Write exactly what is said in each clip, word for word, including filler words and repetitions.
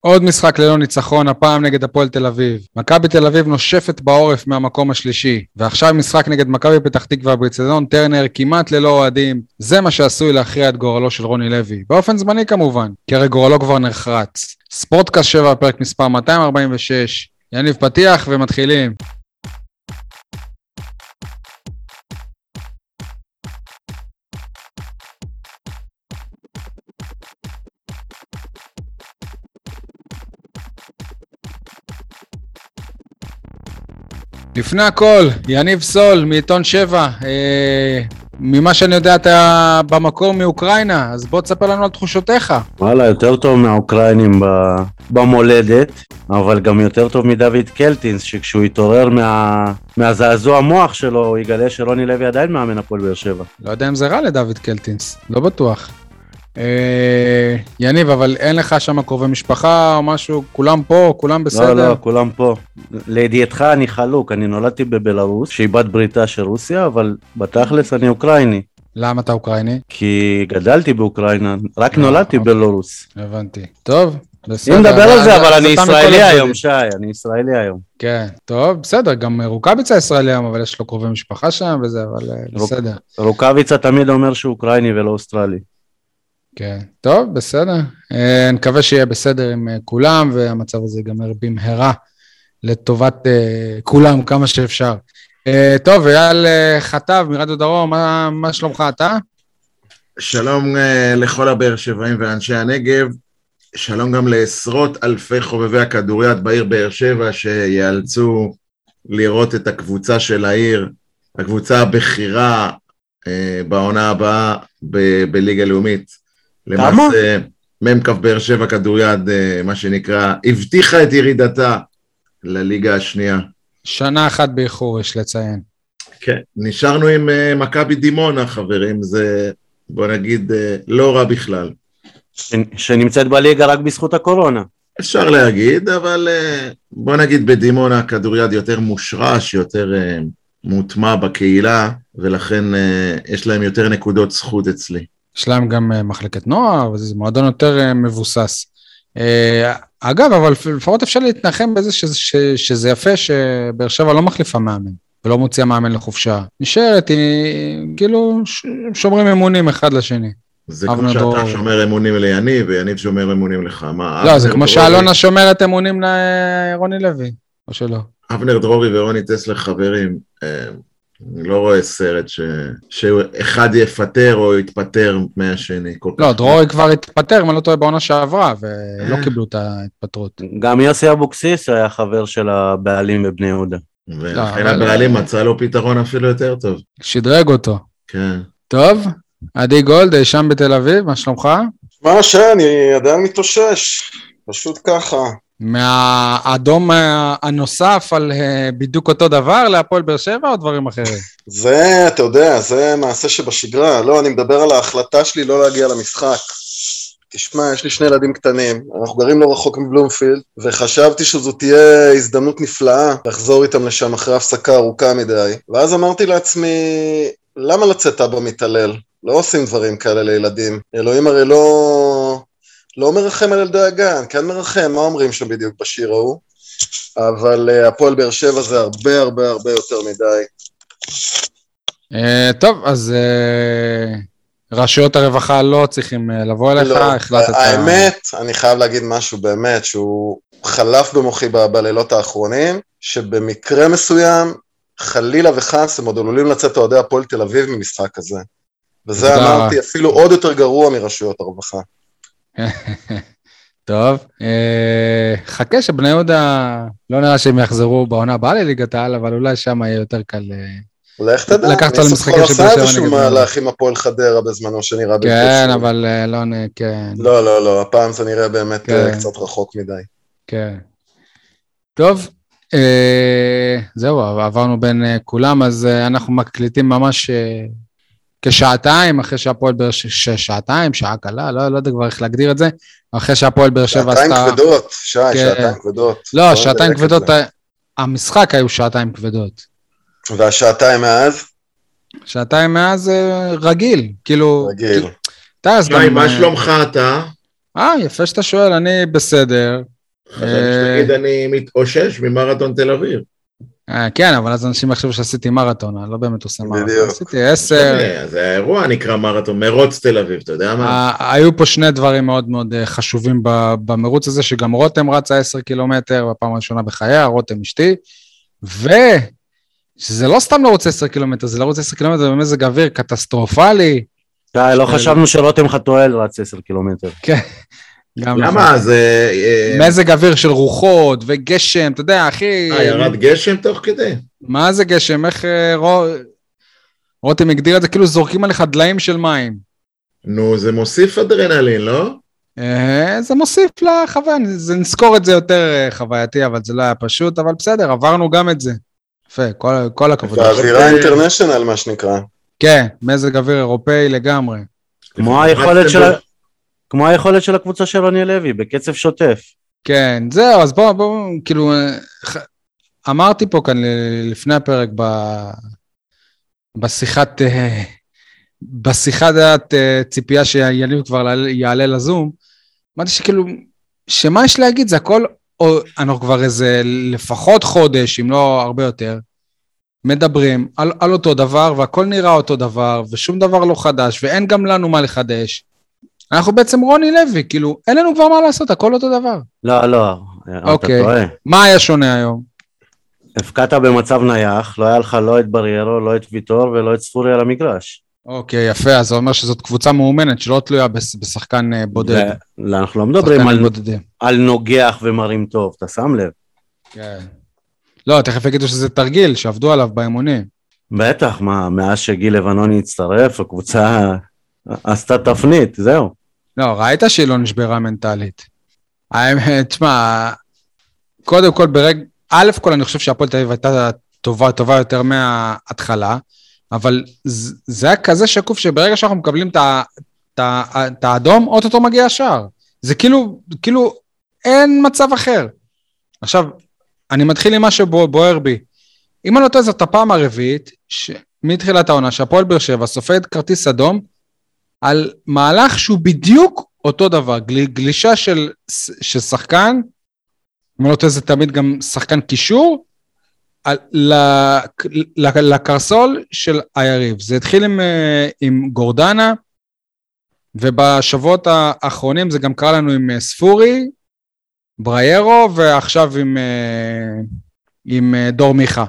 עוד משחק ללא ניצחון, הפעם נגד הפועל תל אביב. מכבי תל אביב נושפת בעורף מהמקום השלישי, ועכשיו משחק נגד מכבי פתח תקווה באצטדיון טרנר כמעט ללא אוהדים. זה מה שעשוי להכריע את גורלו של רוני לוי, באופן זמני כמובן, כי הרי גורלו כבר נחרץ. ספורטקאסט שבע, פרק מספר מאתיים ארבעים ושש. יניב פתיח ומתחילים. לפני הכל, יניב סול, מעיתון שבע, אה, ממה שאני יודע אתה במקור מאוקראינה, אז בוא תספר לנו על תחושותיך. וואלה, יותר טוב מהאוקראינים במולדת, אבל גם יותר טוב מדוד קלטינס, שכשהוא יתעורר מה, מהזעזוע המוח שלו, הוא יגלה שרוני לוי עדיין מאמן הפועל באר שבע. לא יודע אם זה רע לדוד קלטינס, לא בטוח. אה, יניב, אבל אין לך שם קרובי משפחה או משהו, כולם פה, כולם בסדר? לא, לא, כולם פה. לידיעתך אני חלוק, אני נולדתי בבלרוס, שהיא בת בריתה של רוסיה, אבל בתכלס אני אוקראיני. למה אתה אוקראיני? כי גדלתי באוקראינה, רק נולדתי בבלרוס. הבנתי. טוב, בסדר. אני מדבר על זה, אבל אני ישראלי היום, שי, אני ישראלי היום. כן, טוב, בסדר, גם רוקאביצה ישראלי היום, אבל יש לו קרובי משפחה שם וזה, אבל בסדר. רוקאביצה תמיד אומר שהוא אוקראיני ולא אוסטרלי. כן, טוב, בסדר. אני מקווה שיהיה בסדר עם כולם, והמצב הזה ייגמר במהרה לטובת כולם כמה שאפשר. טוב, אייל חטב מרדיו דרום, מה, מה שלומך אתה? שלום לכל הבאר שבעים ואנשי הנגב, שלום גם לעשרות אלפי חובבי הכדוריד בעיר באר שבע, שיאלצו לראות את הקבוצה של העיר, הקבוצה הבכירה בעונה הבאה ב- בליגה לאומית. למעשה, ממקף באר שבע כדוריד, מה שנקרא, הבטיחה את ירידתה לליגה השנייה. שנה אחת באיחור, יש לציין. כן, נשארנו עם מכבי דימונה, חברים, זה, בוא נגיד, לא רע בכלל. ש... שנמצאת בליגה רק בזכות הקורונה. אפשר להגיד, אבל בוא נגיד בדימונה הכדוריד יותר מושרש, יותר מוטמע בקהילה, ולכן יש להם יותר נקודות זכות אצלי. יש להם גם מחלקת נוער, וזה מועדון יותר מבוסס. אגב, אבל לפחות אפשר להתנחם בזה שזה, שזה יפה שבאר שבע לא מחליפה מאמן, ולא מוציאה מאמן לחופשה. נשארת, היא כאילו שומרים אמונים אחד לשני. זה כמו שאתה דרור... שומר אמונים ליניב, ויניב שומר אמונים לך. מה, לא, זה כמו שאלונה שומרת אמונים לרוני לוי, או שלא? אבנר דרורי ורוני טסלר חברים, אני לא רואה סרט ש... שאחד יפטר או יתפטר מהשני. לא, דרורי כבר התפטר, מה לא טועה בעונה שעברה, ולא קיבלו את ההתפטרות. גם יוסי אבוקסיס היה חבר של הבעלים בבני יהודה. ולכן הבעלים מצא לו פתרון אפילו יותר טוב. שדרג אותו. כן. טוב, עדי גולד, שם בתל אביב, מה שלומך? מה שאני עדיין מתאושש, פשוט ככה. מהאדום הנוסף על בדיוק אותו דבר להפועל באר שבע או דברים אחרים? זה, אתה יודע, זה מעשה שבשגרה. לא, אני מדבר על ההחלטה שלי לא להגיע למשחק. תשמע, יש לי שני ילדים קטנים, אנחנו גרים לא רחוק מבלומפילד, וחשבתי שזו תהיה הזדמנות נפלאה לחזור איתם לשם אחרי הפסקה ארוכה מדי. ואז אמרתי לעצמי, למה לצאת אבא מתעלל? לא עושים דברים כאלה לילדים. אלוהים הרי לא... לא מרחם על ילדי הגן, כן מרחם, מה אומרים שם בדיוק בשיר ההוא? אבל uh, הפועל באר שבע זה הרבה הרבה הרבה יותר מדי. Uh, טוב, אז uh, רשויות הרווחה לא צריכים uh, לבוא אליך, לא, החלטת... האמת, ה... אני חייב להגיד משהו באמת, שהוא חלף במוחי ב- בלילות האחרונים, שבמקרה מסוים, חלילה וחס, הם עוד עלולים לצאת אוהדי הפועל תל אביב ממשחק הזה. וזה אמרתי אפילו עוד יותר גרוע מרשויות הרווחה. טוב, חכה שבני יהודה לא נראה שהם יחזרו בעונה הבאה לליגת העל, אבל אולי שם יהיה יותר קל לקחת אותה למשחקים של באר שבע. אני עושה איזשהו מהלך עם הפועל חדרה בזמנו שנראה בלתי אפשרי. כן, אבל לא, כן. לא, לא, לא, הפעם זה נראה באמת קצת רחוק מדי. כן. טוב, זהו, עברנו בין כולם, אז אנחנו מקליטים ממש... כשעתיים, אחרי שהפועל באר שבע, שעתיים, שעה קלה, לא, לא יודע כבר איך להגדיר את זה, אחרי שהפועל באר שבע עשתה... שעתיים כבדות, שי, שעתיים כבדות. לא, שעתיים כבדות, המשחק היו שעתיים כבדות. והשעתיים מאז? שעתיים מאז רגיל, כאילו... רגיל. שי, מה שלומך אתה? אה, יפה שאתה שואל, אני בסדר, חשבתי שתגיד אני מתאושש ממרתון תל אביב. כן, אבל אז אנשים יחשבו שעשיתי מרתון, אני לא באמת עושה מרתון. בדיוק. עשיתי עשר. אז האירוע נקרא מרתון, מרוץ תל אביב, אתה יודע מה? היו פה שני דברים מאוד מאוד חשובים במרוץ הזה, שגם רותם רצה עשר קילומטר, בפעם הראשונה בחייה, רותם אשתי, ושזה לא סתם לרוץ עשר קילומטר, זה לרוץ עשר קילומטר במזג אוויר קטסטרופלי. לא חשבנו שרותם חתואל רץ עשר קילומטר. כן. למה? זה... מזג אוויר של רוחות וגשם, אתה יודע, אחי... אה, ירד גשם תוך כדי? מה זה גשם? איך רותם הגדיר את זה? כאילו זורקים עליך דליים של מים. נו, זה מוסיף אדרנלין, לא? זה מוסיף לחוויה, זה נזכור את זה יותר חווייתי, אבל זה לא היה פשוט, אבל בסדר, עברנו גם את זה. יפה, כל הכבוד. באווירה אינטרנשיונל, מה שנקרא. כן, מזג אוויר אירופאי לגמרי. כמו היכולת של... כמו היכולת של הקבוצה של רוני לוי, בקצב שוטף. כן, זהו, אז בואו, בואו, כאילו, אמרתי פה כאן לפני הפרק, ב... בשיחת, בשיחת דעת ציפייה שיניב כבר יעלה לזום, אמרתי שכאילו, שמה יש להגיד, זה הכל, או, אנחנו כבר איזה לפחות חודש, אם לא הרבה יותר, מדברים על, על אותו דבר, והכל נראה אותו דבר, ושום דבר לא חדש, ואין גם לנו מה לחדש, אנחנו בעצם רוני לוי, כאילו, אין לנו כבר מה לעשות, הכל אותו דבר. לא, לא, אוקיי. אתה טועה. מה היה שונה היום? הפקעת במצב נייח, לא היה לך לא את בריירו, לא את ויטור ולא את ספורי על המגרש. אוקיי, יפה, אז זה אומר שזאת קבוצה מאומנת, שלא תלויה בשחקן בודד. לא, אנחנו לא מדברים על, על נוגח ומרים טוב, אתה שם לב? כן. לא, תכף יגידו שזה תרגיל, שעבדו עליו באימונים. בטח, מה, מאז שגיל לבנוני הצטרף, הקבוצה עשתה תפנית, זהו. לא, ראית שהיא לא נשברה מנטלית. האמת, תשמע, קודם כל ברגע, א' כל אני חושב שהפועל תל אביב הייתה טובה, טובה יותר מההתחלה, אבל זה היה כזה שקוף שברגע שאנחנו מקבלים את האדום, אוטוטו מגיע השער. זה כאילו, כאילו אין מצב אחר. עכשיו, אני מתחיל עם מה שבוער בי. אם אני לא טועה, זאת הפעם הרביעית, מתחילת העונה, שהפועל באר שבע סופגת כרטיס אדום, על מהלך שהוא בדיוק אותו דבר, גל, גלישה של, של שחקן, אם לא טועה זה תמיד גם שחקן קישור, על, לקרסול של היריב. זה התחיל עם, עם גורדנה, ובשבועות האחרונים זה גם קרה לנו עם ספורי, בריירו, ועכשיו עם, עם דור מיכה.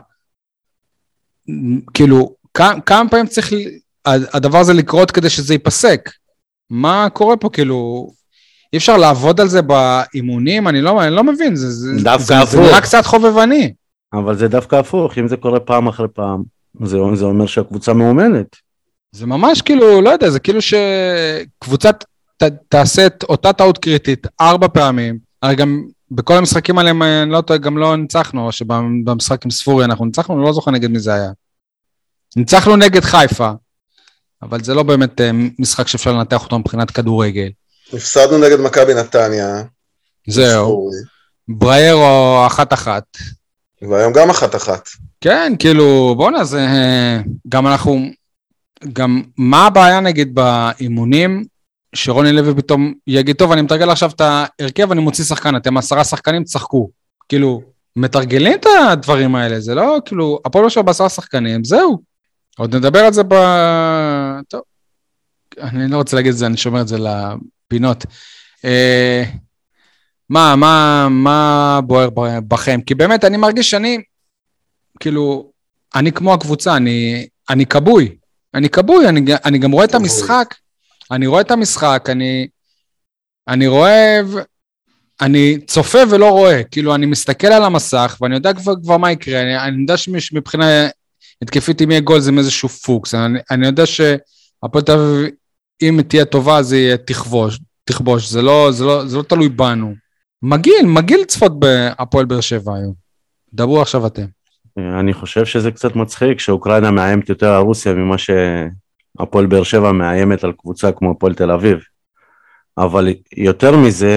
כאילו, כמה, כמה פעמים צריך הדבר הזה לקרות כדי שזה ייפסק? מה קורה פה? כאילו, אי אפשר לעבוד על זה באימונים? אני לא, אני לא מבין, זה, זה, זה, זה נראה קצת חובבני. אבל זה דווקא הפוך, אם זה קורה פעם אחרי פעם, זה, זה אומר שהקבוצה מאומנת. זה ממש כאילו, לא יודע, זה כאילו שקבוצה ת, תעשה את אותה טעות קריטית ארבע פעמים, הרי גם בכל המשחקים עליהם, לא טועה, גם לא ניצחנו, או שבמשחק עם ספורי אנחנו ניצחנו, אני לא זוכר נגד מי זה היה. ניצחנו נגד חיפה, אבל זה לא באמת משחק שאפשר לנתח אותו מבחינת כדורגל. הפסדנו נגד מכבי נתניה. זהו. בריירו אחת אחת. והיום גם אחת אחת. כן, כאילו, בוא נעשה, גם אנחנו, גם מה הבעיה נגיד באימונים, שרוני לוי פתאום יגיד, טוב, אני מתרגל עכשיו את ההרכב, אני מוציא שחקן, אתם עשרה שחקנים, תשחקו. כאילו, מתרגלים את הדברים האלה, זה לא, כאילו, הפועל עכשיו בעשרה שחקנים, זהו. עוד נדבר על זה ב... טוב, אני לא רוצה להגיד את זה, אני שומר את זה לפינות. אה, מה, מה, מה בוער בכם? כי באמת, אני מרגיש שאני, כאילו, אני כמו הקבוצה, אני, אני קבוי. אני קבוי, אני, אני גם רואה את המשחק, אני רואה את המשחק, אני, אני רואה, אני צופה ולא רואה, כאילו, אני מסתכל על המסך, ואני יודע כבר, כבר מה יקרה, אני, אני יודע שמבחינה התקפית, אם יהיה גול, זה מאיזשהו פוקס, אני, אני יודע שהפועל תל אביב, אם תהיה טובה, זה יהיה תכבוש, תכבוש, זה לא, זה לא, זה לא תלוי בנו. מגיל, מגיל צפות בהפועל באר שבע היום. דברו עכשיו אתם. אני חושב שזה קצת מצחיק, שאוקראינה מאיימת יותר על רוסיה, ממה שהפועל באר שבע מאיימת על קבוצה כמו הפועל תל אביב. אבל יותר מזה,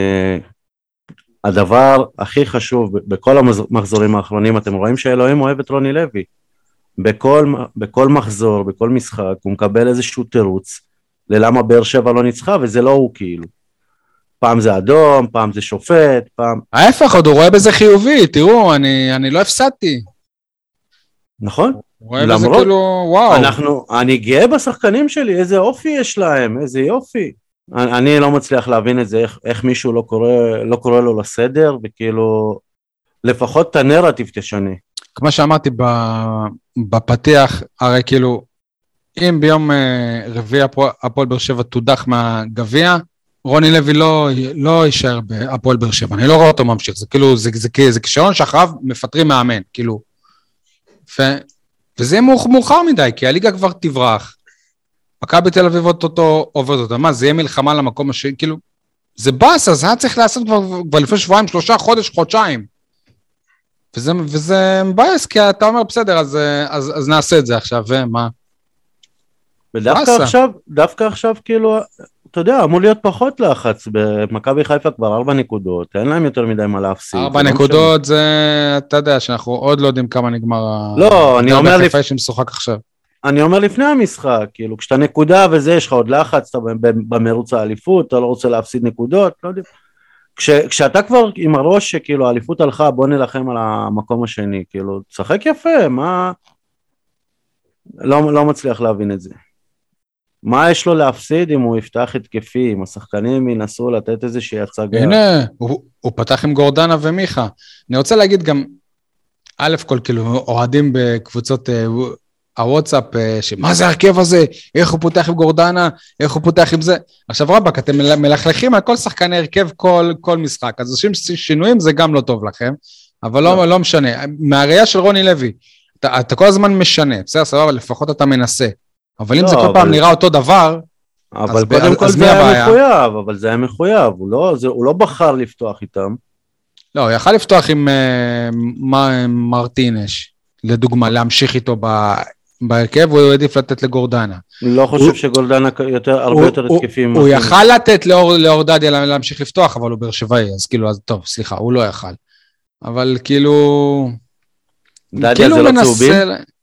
הדבר הכי חשוב, בכל המחזורים האחרונים, אתם רואים שאלוהים אוהב את רוני לוי. בכל, בכל מחזור, בכל משחק, הוא מקבל איזשהו תירוץ, ללמה באר שבע לא ניצחה, וזה לא הוא כאילו. פעם זה אדום, פעם זה שופט, פעם... ההפך, עוד הוא רואה בזה חיובי, תראו, אני, אני לא הפסדתי. נכון? הוא רואה בזה כאילו, וואו. אנחנו, אני גאה בשחקנים שלי, איזה אופי יש להם, איזה יופי. אני, אני לא מצליח להבין את זה, איך, איך מישהו לא קורא, לא קורא לו לסדר, וכאילו, לפחות את הנרטיב תשנה. כמו שאמרתי בפתיח, הרי כאילו, אם ביום רביעי הפועל באר שבע תודח מהגביע, רוני לוי לא, לא יישאר בהפועל באר שבע, אני לא רואה אותו ממשיך, זה כאילו, זה, זה, זה, זה כשרון שאחריו מפטרים מאמן, כאילו. ו, וזה מאוחר מדי, כי הליגה כבר תברח, מכבי בתל אביב אותו עובד אותה, מה, זה יהיה מלחמה למקום השני, כאילו, זה בס, אז היה צריך לעשות כבר, כבר לפני שבועיים, שלושה חודש, חודשיים. וזה, וזה מבאס, כי אתה אומר, בסדר, אז, אז, אז נעשה את זה עכשיו, ומה? ודווקא עכשיו, דווקא עכשיו, כאילו, אתה יודע, אמור להיות פחות לחץ, במכבי חיפה כבר ארבע נקודות, אין להם יותר מדי מה להפסיד. ארבע נקודות זה, אתה יודע, שאנחנו עוד לא יודעים כמה נגמר, לא, אני אומר, חיפה שמשוחק עכשיו. אני אומר לפני המשחק, כאילו, כשאתה נקודה וזה, יש לך עוד לחץ, אתה במרוץ האליפות, אתה לא רוצה להפסיד נקודות, לא יודע. כש, כשאתה כבר עם הראש שכאילו האליפות הלכה, בוא נלחם על המקום השני, כאילו, תשחק יפה, מה... לא, לא מצליח להבין את זה. מה יש לו להפסיד אם הוא יפתח התקפי, אם השחקנים ינסו לתת איזושהי הצגה? הנה, הוא, הוא פתח עם גורדנה ומיכה. אני רוצה להגיד גם, א' כל כאילו, אוהדים בקבוצות הוואטסאפ, שמה זה הרכב הזה? איך הוא פותח עם גורדנה? איך הוא פותח עם זה? עכשיו רבק, אתם מלכלכים על כל שחקני הרכב כל, כל משחק, אז עושים שינויים, זה גם לא טוב לכם, אבל לא, לא משנה. מהראייה של רוני לוי, אתה, אתה כל הזמן משנה, בסדר, סבבה, לפחות אתה מנסה. אבל אם זה כל פעם נראה אותו דבר, אבל קודם כל זה היה מחויב, אבל זה היה מחויב, הוא לא בחר לפתוח איתם. לא, הוא יכל לפתוח עם מרטינש, לדוגמה, להמשיך איתו בהרכב, הוא העדיף לתת לגורדנה. לא חושב שגורדנה הרבה יותר התקפים. הוא יכל לתת לאור דדיה להמשיך לפתוח, אבל הוא באר שבעי, אז כאילו, טוב, סליחה, הוא לא יכל. אבל כאילו... דדיה זה לא צהובים?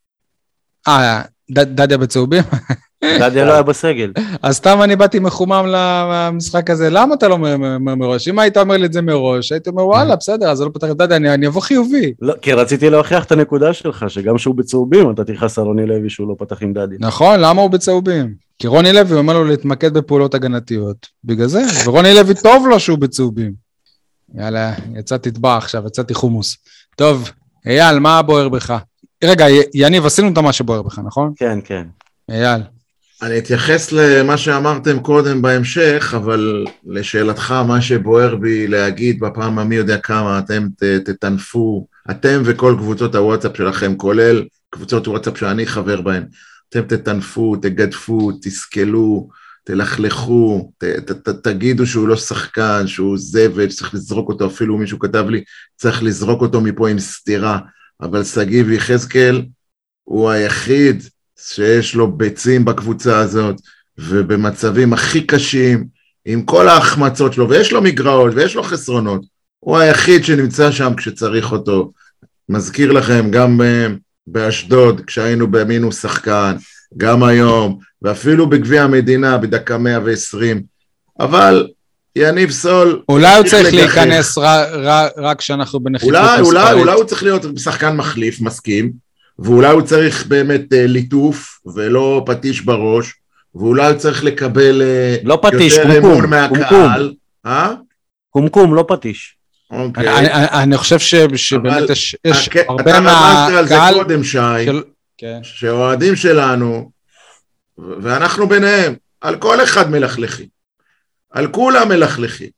אה, דדיה בצהובים? דדיה לא היה בסגל. אז סתם אני באתי מחומם למשחק הזה, למה אתה לא אומר מראש? אם היית אומר לי את זה מראש, הייתי אומר וואלה, בסדר, אז לא פתח את דדיה, אני אבוא חיובי. כי רציתי להוכיח את הנקודה שלך, שגם שהוא בצהובים, אתה תכעס על רוני לוי שהוא לא פתח עם דדיה. נכון, למה הוא בצהובים? כי רוני לוי אומר לו להתמקד בפעולות הגנתיות, בגלל זה, ורוני לוי טוב לו שהוא בצהובים. יאללה, יצאתי טבע עכשיו, יצאתי חומוס. טוב, אייל, מה בוער בך? רגע, יניב, עשינו את מה שבוער בך, נכון? כן, כן. אייל. אני אתייחס למה שאמרתם קודם בהמשך, אבל לשאלתך, מה שבוער בי להגיד בפעם המי יודע כמה, אתם תתנפו, אתם וכל קבוצות הוואטסאפ שלכם, כולל קבוצות וואטסאפ שאני חבר בהן, אתם תתנפו, תגדפו, תסכלו, תלכלכו, ת, ת, ת, תגידו שהוא לא שחקן, שהוא זבל, שצריך לזרוק אותו, אפילו מישהו כתב לי, צריך לזרוק אותו מפה עם סתירה, אבל סגיב יחזקאל הוא היחיד שיש לו ביצים בקבוצה הזאת, ובמצבים הכי קשים, עם כל ההחמצות שלו, ויש לו מגרעות, ויש לו חסרונות, הוא היחיד שנמצא שם כשצריך אותו. מזכיר לכם, גם באשדוד, כשהיינו במינוס שחקן, גם היום, ואפילו בגביע המדינה, בדקה מאה ועשרים, אבל יניב סול... אולי הוא צריך להיכנס רק כשאנחנו בנחיתות מספרית. אולי, אולי הוא צריך להיות שחקן מחליף, מסכים, ואולי הוא צריך באמת ליטוף, ולא פטיש בראש, ואולי הוא צריך לקבל לא פטיש, יותר קומקום, אמון מהקהל. אה? קומקום, לא פטיש. אוקיי. אני, אני חושב ש, שבאמת יש, יש הרבה מהקהל... אתה רמזת על זה קודם, שי, של... כן. שאוהדים שלנו, ואנחנו ביניהם, על כל אחד מלכלכים. על כולם מלכלכים.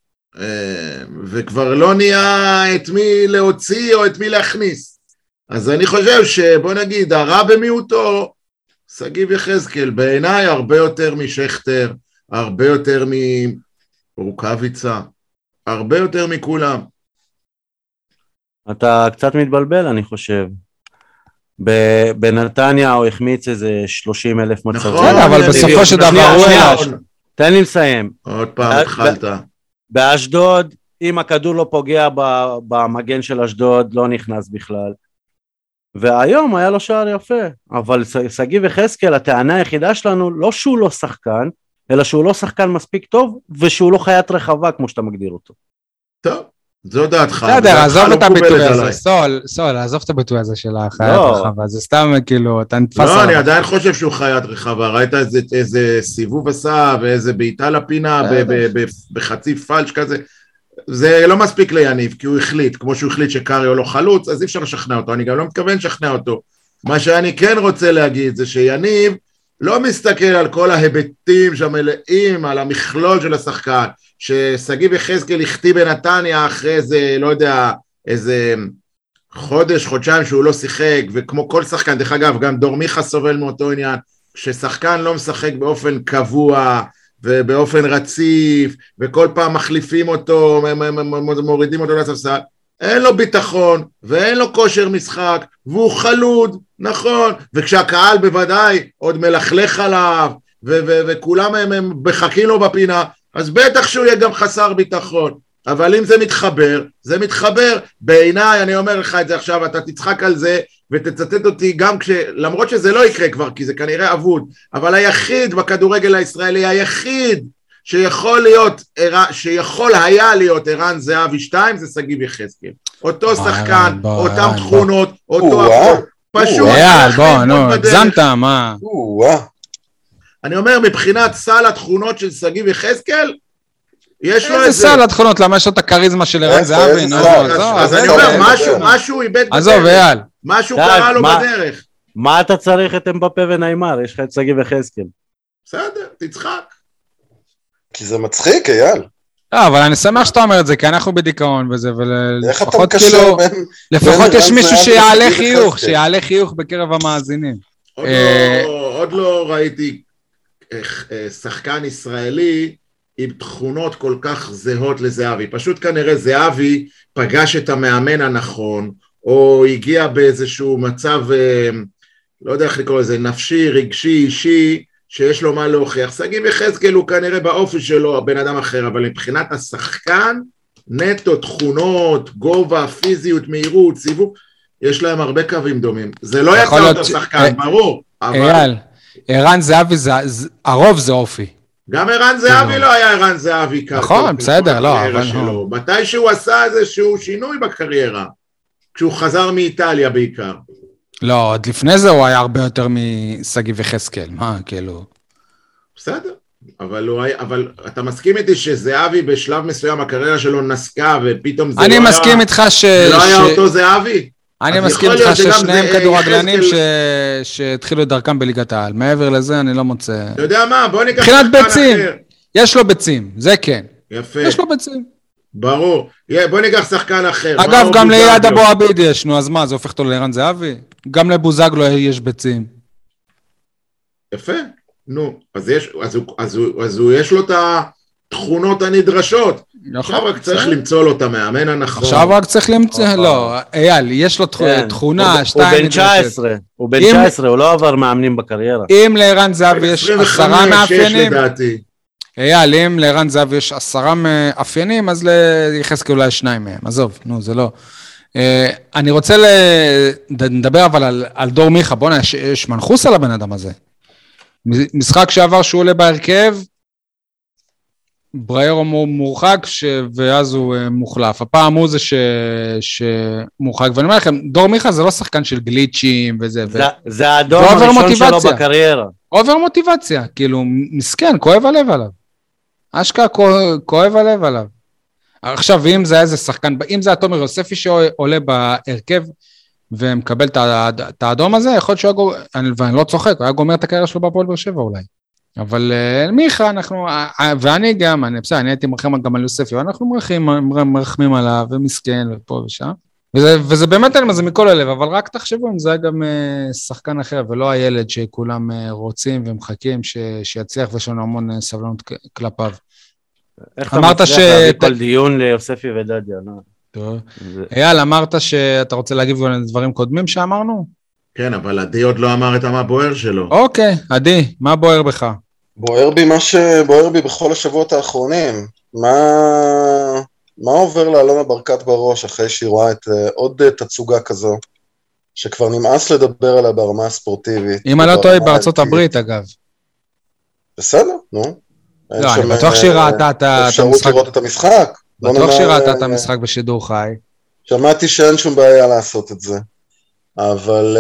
וכבר לא נהיה את מי להוציא או את מי להכניס. אז אני חושב שבוא נגיד, הרע במיעוטו, סגיב יחזקאל, בעיניי הרבה יותר משכתר, הרבה יותר מרוקביצה, הרבה יותר מכולם. אתה קצת מתבלבל, אני חושב. בנתניה הוא החמיץ איזה שלושים אלף מצבים. נכון, אבל בסופו של דבר הוא היה. תן לי לסיים. עוד פעם התחלת. באשדוד, אם הכדור לא פוגע במגן של אשדוד, לא נכנס בכלל. והיום היה לו שער יפה, אבל סגיב יחזקאל, הטענה היחידה שלנו, לא שהוא לא שחקן, אלא שהוא לא שחקן מספיק טוב, ושהוא לא חיית רחבה, כמו שאתה מגדיר אותו. טוב, זו דעתך. בסדר, עזוב את הביטוי הזה, סול, סול, עזוב את הביטוי הזה של החיית רחבה, זה סתם כאילו, אתה נתפס עליו. לא, אני עדיין חושב שהוא חיית רחבה, ראית איזה סיבוב עשה, ואיזה בעיטה לפינה, בחצי פלש כזה, זה לא מספיק ליניב, כי הוא החליט, כמו שהוא החליט שקריו לא חלוץ, אז אי אפשר לשכנע אותו, אני גם לא מתכוון לשכנע אותו. מה שאני כן רוצה להגיד, זה שיניב לא מסתכל על כל ההיבטים שמלאים, על המכלול של השחקן, שסגיב יחזקאל הכתיב בנתניה אחרי איזה, לא יודע, איזה חודש, חודשיים שהוא לא שיחק, וכמו כל שחקן, דרך אגב, גם דור מיכה סובל מאותו עניין, ששחקן לא משחק באופן קבוע, ובאופן רציף, וכל פעם מחליפים אותו, מורידים אותו לספסל, אין לו ביטחון, ואין לו כושר משחק, והוא חלוד, נכון, וכשהקהל בוודאי עוד מלכלך עליו, ו- ו- וכולם הם, הם מחכים לו בפינה, אז בטח שהוא יהיה גם חסר ביטחון, אבל אם זה מתחבר, זה מתחבר, בעיניי, אני אומר לך את זה עכשיו, אתה תצחק על זה, ותצטט אותי גם כש... למרות שזה לא יקרה כבר, כי זה כנראה אבוד, אבל היחיד בכדורגל הישראלי, היחיד שיכול להיות, שיכול היה להיות ערן זהבי שתיים, זה סגיב יחזקאל. אותו שחקן, אותם תכונות, אותו הכל. פשוט... אייל, בוא, נו, הגזמת, מה? אני אומר, מבחינת סל התכונות של סגיב יחזקאל, יש לו איזה... איזה סל התכונות, למה יש לו את הקריזמה של ערן זהבי? אז אני אומר, משהו איבד בדרך. עזוב, אייל. משהו קרה לו בדרך. מה אתה צריך את אמבפה וניימר? יש לך את סגיב יחזקאל. בסדר, תצחק. כי זה מצחיק, אייל. לא, אבל אני שמח שאתה אומר את זה, כי אנחנו בדיכאון וזה, ולפחות מקשר כאילו, בין- לפחות בין יש ערן מישהו זהבי שיעלה לסגיב חיוך, יחזקאל. שיעלה חיוך בקרב המאזינים. עוד אה, לא- עוד לא ראיתי אה, אה, שחקן ישראלי עם תכונות כל כך זהות לזהבי. פשוט כנראה זהבי פגש את המאמן הנכון, או הגיע באיזשהו מצב, אה, לא יודע איך לקרוא לזה, נפשי, רגשי, אישי, שיש לו מה להוכיח. סגיב יחזקאל הוא כנראה באופי שלו בן אדם אחר, אבל מבחינת השחקן, נטו, תכונות, גובה, פיזיות, מהירות, סיבוב, יש להם הרבה קווים דומים. זה לא יכול יצא להיות אותו ש- שחקן, אה, ברור. אבל אייל, ערן זהבי, זה- זה- הרוב זה אופי. גם ערן זהבי לא היה ערן זהבי ככה. נכון, בסדר, לא, בקריירה אבל שלו. לא. מתי שהוא עשה איזשהו שינוי בקריירה, כשהוא חזר מאיטליה בעיקר. לא, עוד לפני זה הוא היה הרבה יותר מסגיב יחזקאל, מה, כאילו... בסדר, אבל, הוא היה, אבל אתה מסכים איתי שזהבי בשלב מסוים הקריירה שלו נסקה, ופתאום זה אני לא מסכים היה, איתך ש... זה לא היה ש- אותו זהבי? אני אז מסכים יכול איתך להיות שגם ששניהם זה- כדורגלנים ש... יחזקאל- שהתחילו את דרכם בליגת העל. מעבר לזה אני לא מוצא... אתה יודע מה, בוא ניקח מבחינת שחקן ביצים. אחר. יש לו ביצים, זה כן. יפה, יש לו ביצים. ברור. יה, בוא ניקח שחקן אחר. אגב, מאור גם בוזגלו. ליד אבו עביד יש, נו, אז מה, זה הופך אותו לערן זהבי? גם לבוזגלו יש ביצים. יפה, נו, אז יש, אז הוא, אז הוא, אז הוא יש לו את התכונות הנדרשות. עכשיו רק צריך למצוא לו את המאמן הנכון. עכשיו רק צריך למצוא, לא, אייל, יש לו תכ- תכונה, הוא שתיים בן תשע עשרה, הוא בן אם- תשע עשרה, הוא לא עבר מאמנים בקריירה. אם לערן זהבי יש עשרים וחמש, עשרה שש מאפיינים, לדעתי. אייל, אם לערן זהבי יש עשרה מאפיינים, אז ליחזקאל אולי שניים מהם, עזוב, נו, זה לא. אה, אני רוצה לדבר אבל על, על דור מיכה, בוא נש, יש מנחוס על הבן אדם הזה. משחק שעבר שהוא עולה בהרכב, בריירו מורחק, ש... ואז הוא uh, מוחלף. הפעם הוא זה ש... שמורחק, ואני אומר לכם, דור מיכה זה לא שחקן של גליצ'ים וזה. זה- זה האדום זה עובר הראשון שלו מוטיבציה. בקריירה. אובר מוטיבציה, כאילו, מסכן, כואב הלב עליו. אשכרה כואב, כואב הלב עליו. עכשיו, אם זה איזה שחקן, אם זה התומר יוספי שעולה בהרכב, ומקבל את ה- את האדום הזה, יכול להיות שהוא היה גומר, ואני לא צוחק, הוא היה גומר את הקריירה שלו בהפועל באר שבע אולי. אבל uh, מיכה, אנחנו, uh, ואני גם, אני בסדר, אני הייתי מרחם גם על יוספי, ואנחנו מרחמים, מרחמים עליו, ומסכן, ופה ושם. וזה, וזה באמת אין מה זה מכל הלב, אבל רק תחשבו אם זה היה גם uh, שחקן אחר, ולא הילד שכולם uh, רוצים ומחכים ש, שיצליח, ויש לנו המון uh, סבלנות כלפיו. איך אתה אמרת מצליח ש- להביא כל דיון ליוספי ודדיה, לא? טוב. זה- אייל, אמרת שאתה רוצה להגיב על דברים קודמים שאמרנו? כן, אבל עדי עוד לא אמר את מה בוער שלו. אוקיי, עדי, מה בוער בך? בוער בי מה שבוער בי בכל השבועות האחרונים. מה, מה עובר לאלונה ברקת בראש אחרי שהיא רואה את uh, עוד uh, תצוגה כזו, שכבר נמאס לדבר עליה ברמה הספורטיבית. אם אני לא טועה, ברמה בארצות הערכית. הברית, אגב. בסדר, נו. לא, אני בטוח שהיא ראתה את המשחק. אפשרות לראות את המשחק. בטוח שהיא ראתה את המשחק בשידור חי. שמעתי שאין שום בעיה לעשות את זה. אבל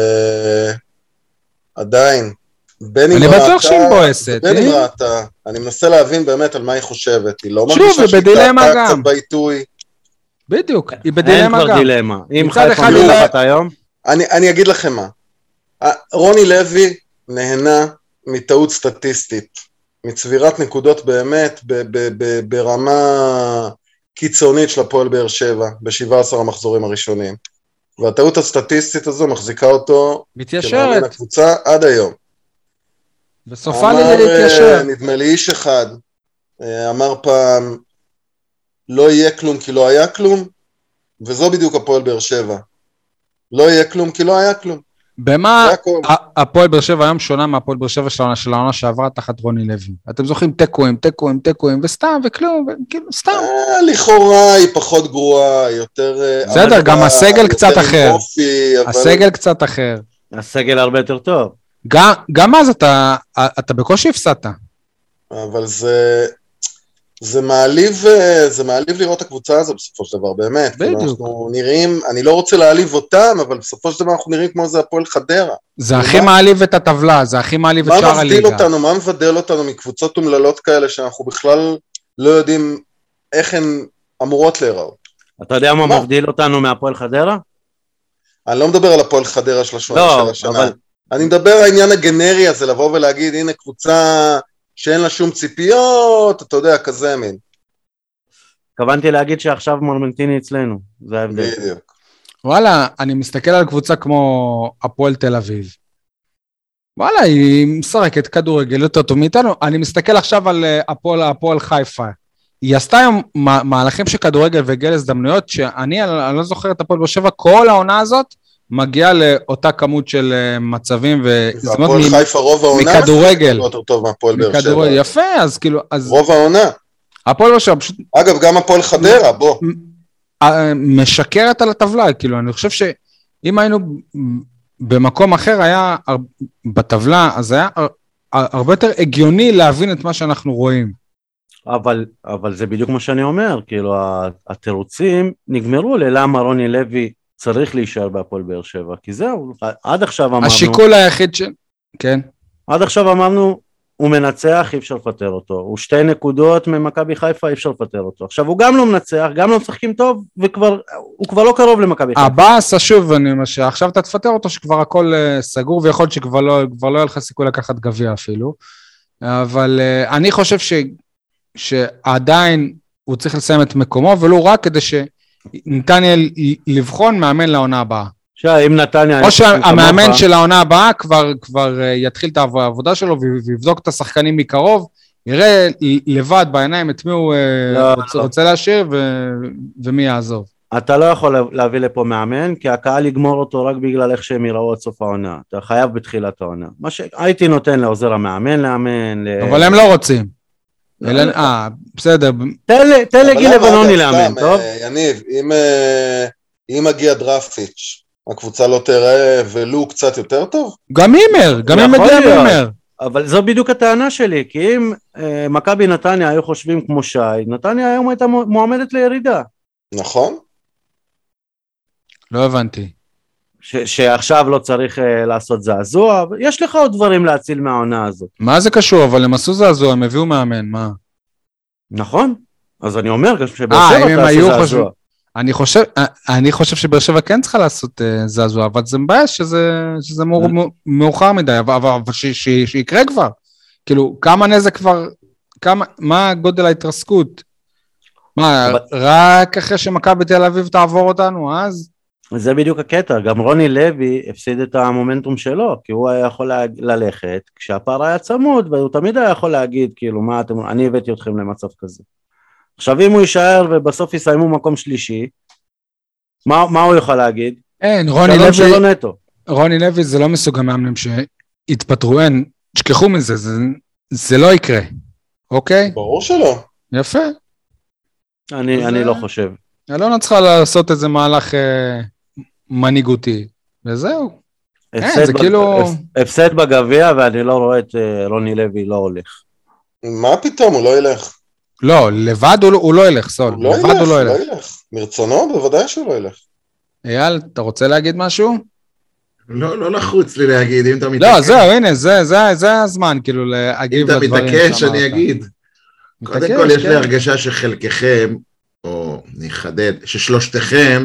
עדיין, בין אם ראתה, אני בטוח שהיא מבואסת. בין אם ראתה, אני מנסה להבין באמת על מה היא חושבת. היא לא מרגישה שהיא טעתה קצת בעיתוי. בדיוק, היא בדילמה גם. אין כבר דילמה. אם חיפה מלחת היום? אני אגיד לכם מה. רוני לוי נהנה מטעות סטטיסטית, מצבירת נקודות באמת ברמה קיצונית של הפועל באר שבע, ב-שבעה עשר המחזורים הראשונים. והטעות הסטטיסטית הזו מחזיקה אותו מתיישרת. הקבוצה עד היום. וסופה לי להתיישר. נדמה לי איש אחד, אמר פעם, לא יהיה כלום כי לא היה כלום, וזו בדיוק הפועל באר שבע. לא יהיה כלום כי לא היה כלום. במה הפועל באר שבע היום שונה מהפועל באר שבע של העונה שעברה תחת רוני לוי? אתם זוכרים טקואים, טקואים, טקואים, וסתם, וכלום, כאילו, סתם. לכאורה היא פחות גרועה, יותר... בסדר, גם הסגל קצת אחר. הסגל קצת אחר. הסגל הרבה יותר טוב. גם אז אתה בקושי הפסדת. אבל זה... זה מעליב, זה מעליב לראות את הקבוצה הזו בסופו של דבר, באמת. בדיוק. אנחנו נראים, אני לא רוצה להעליב אותם, אבל בסופו של דבר אנחנו נראים כמו זה הפועל חדרה. זה הכי מעליב את הטבלה, זה הכי מעליב את שאר הליגה. מה מבדיל אותנו, מה מבדל אותנו מקבוצות אומללות כאלה, שאנחנו בכלל לא יודעים איך הן אמורות להיראות. אתה יודע מה מבדיל אותנו מהפועל חדרה? אני לא מדבר על הפועל חדרה של השנה. אני מדבר על העניין הגנרי הזה, לבוא ולהגיד, הנה קבוצה... שאין לה שום ציפיות, אתה יודע, כזה מין. כוונתי להגיד שעכשיו מורמנטיני אצלנו, זה ההבדל. בדיוק. וואלה, אני מסתכל על קבוצה כמו הפועל תל אביב. וואלה, היא משחקת כדורגל יותר טוב מאיתנו. אני מסתכל עכשיו על הפועל, הפועל חיפה. היא עשתה היום מהלכים של כדורגל והגיעה להזדמנויות, שאני אני לא זוכר את הפועל באר שבע, כל העונה הזאת, מגיע לאותה כמות של מצבים והזדמנות מכדורגל. יפה, אז כאילו... רוב העונה. הפועל באר שבע פשוט... אגב, גם הפועל חדרה, בוא. משקרת על הטבלה, כאילו, אני חושב שאם היינו במקום אחר היה בטבלה, אז היה הרבה יותר הגיוני להבין את מה שאנחנו רואים. אבל, אבל זה בדיוק מה שאני אומר, כאילו, התירוצים נגמרו ללמה רוני לוי צריך להישאר בהפועל באר שבע, כי זהו, עד עכשיו אמרנו... השיקול היחיד ש... כן. עד עכשיו אמרנו, הוא מנצח, אי אפשר לפטר אותו. הוא שתי נקודות ממכבי חיפה, אי אפשר לפטר אותו. עכשיו, הוא גם לא מנצח, גם לא משחקים טוב, וכבר, הוא כבר לא קרוב למכבי חיפה. הבאס, שוב, אני אומר שעכשיו אתה תפטר אותו, שכבר הכל סגור, ויכול להיות שכבר לא, כבר לא יהיה לך סיכוי לקחת גביע אפילו. אבל אני חושב ש... שעדיין הוא צריך לסיים את מקומו, ולא רק כדי ש... ניתן יהיה לבחון מאמן לעונה הבאה. אם נתניה... או שהמאמן של העונה הבאה כבר, כבר יתחיל את העבודה שלו ויבדוק את השחקנים מקרוב, יראה לבד בעיניים את מי הוא לא, רוצה לא. להשאיר ו, ומי יעזוב. אתה לא יכול להביא לפה מאמן, כי הקהל יגמור אותו רק בגלל איך שהם יראו עד סוף העונה. אתה חייב בתחילת העונה. מה שהייתי נותן לעוזר המאמן לאמן. אבל ל... הם לא רוצים. אה, בסדר. תן לגיל לבנוני לאמן, טוב? יניב, אם מגיע דרפיץ', הקבוצה לא תראה ולו קצת יותר טוב? גם אימר, גם אם מגיע אימר. אבל זו בדיוק הטענה שלי, כי אם מכבי נתניה היו חושבים כמו שי, נתניה היום הייתה מועמדת לירידה. נכון. לא הבנתי. שעכשיו לא צריך לעשות זעזוע, יש לך עוד דברים להציל מהעונה הזאת. מה זה קשור? אבל הם עשו זעזוע, הם הביאו מאמן, מה? נכון, אז אני אומר שבאר שבע תעשו זעזוע. אני חושב, אני חושב שבאר שבע כן צריכה לעשות זעזוע, אבל זה מבאס שזה, שזה מאוחר מדי, אבל שיקרה כבר. כאילו, כמה נזק כבר, כמה, מה גודל ההתרסקות? מה, רק אחרי שמכבי תל אביב תעבור אותנו, אז... זה בדיוק הקטע, גם רוני לוי הפסיד את המומנטום שלו, כי הוא היה יכול ללכת, כשהפער היה צמוד, והוא תמיד היה יכול להגיד, כאילו, מה אתם, אני הבאתי אתכם למצב כזה. עכשיו, אם הוא יישאר ובסוף יסיימו מקום שלישי, מה, מה הוא יכול להגיד? אין, רוני לוי, רוני לוי זה לא מסוג המאמנים שהתפטרו, אין, תשכחו מזה, זה, זה לא יקרה, אוקיי? ברור שלא. יפה. אני, אני לא חושב. אלונה צריכה לעשות איזה מהלך אה, מנהיגותי, וזהו. הפסד, אה, זה בג... כאילו... הפסד בגביע, ואני לא רואה את אה, רוני לוי לא הולך. מה פתאום, הוא לא ילך. לא, לבד הוא, הוא לא ילך, סול. הוא לא לבד ילך, הוא לא לא ילך. ילך. מרצונו, בוודאי שהוא לא ילך. אייל, אתה רוצה להגיד משהו? לא, לא לחוץ לי להגיד, אם אתה מתעקש. לא, זהו, הנה, זה, זה, זה הזמן, כאילו, להגיב לדברים שאמרת. אם אתה מתעקש, אני אגיד. קודם כל, יש לי הרגשה שחלקכם, או נחדד, ששלושתכם,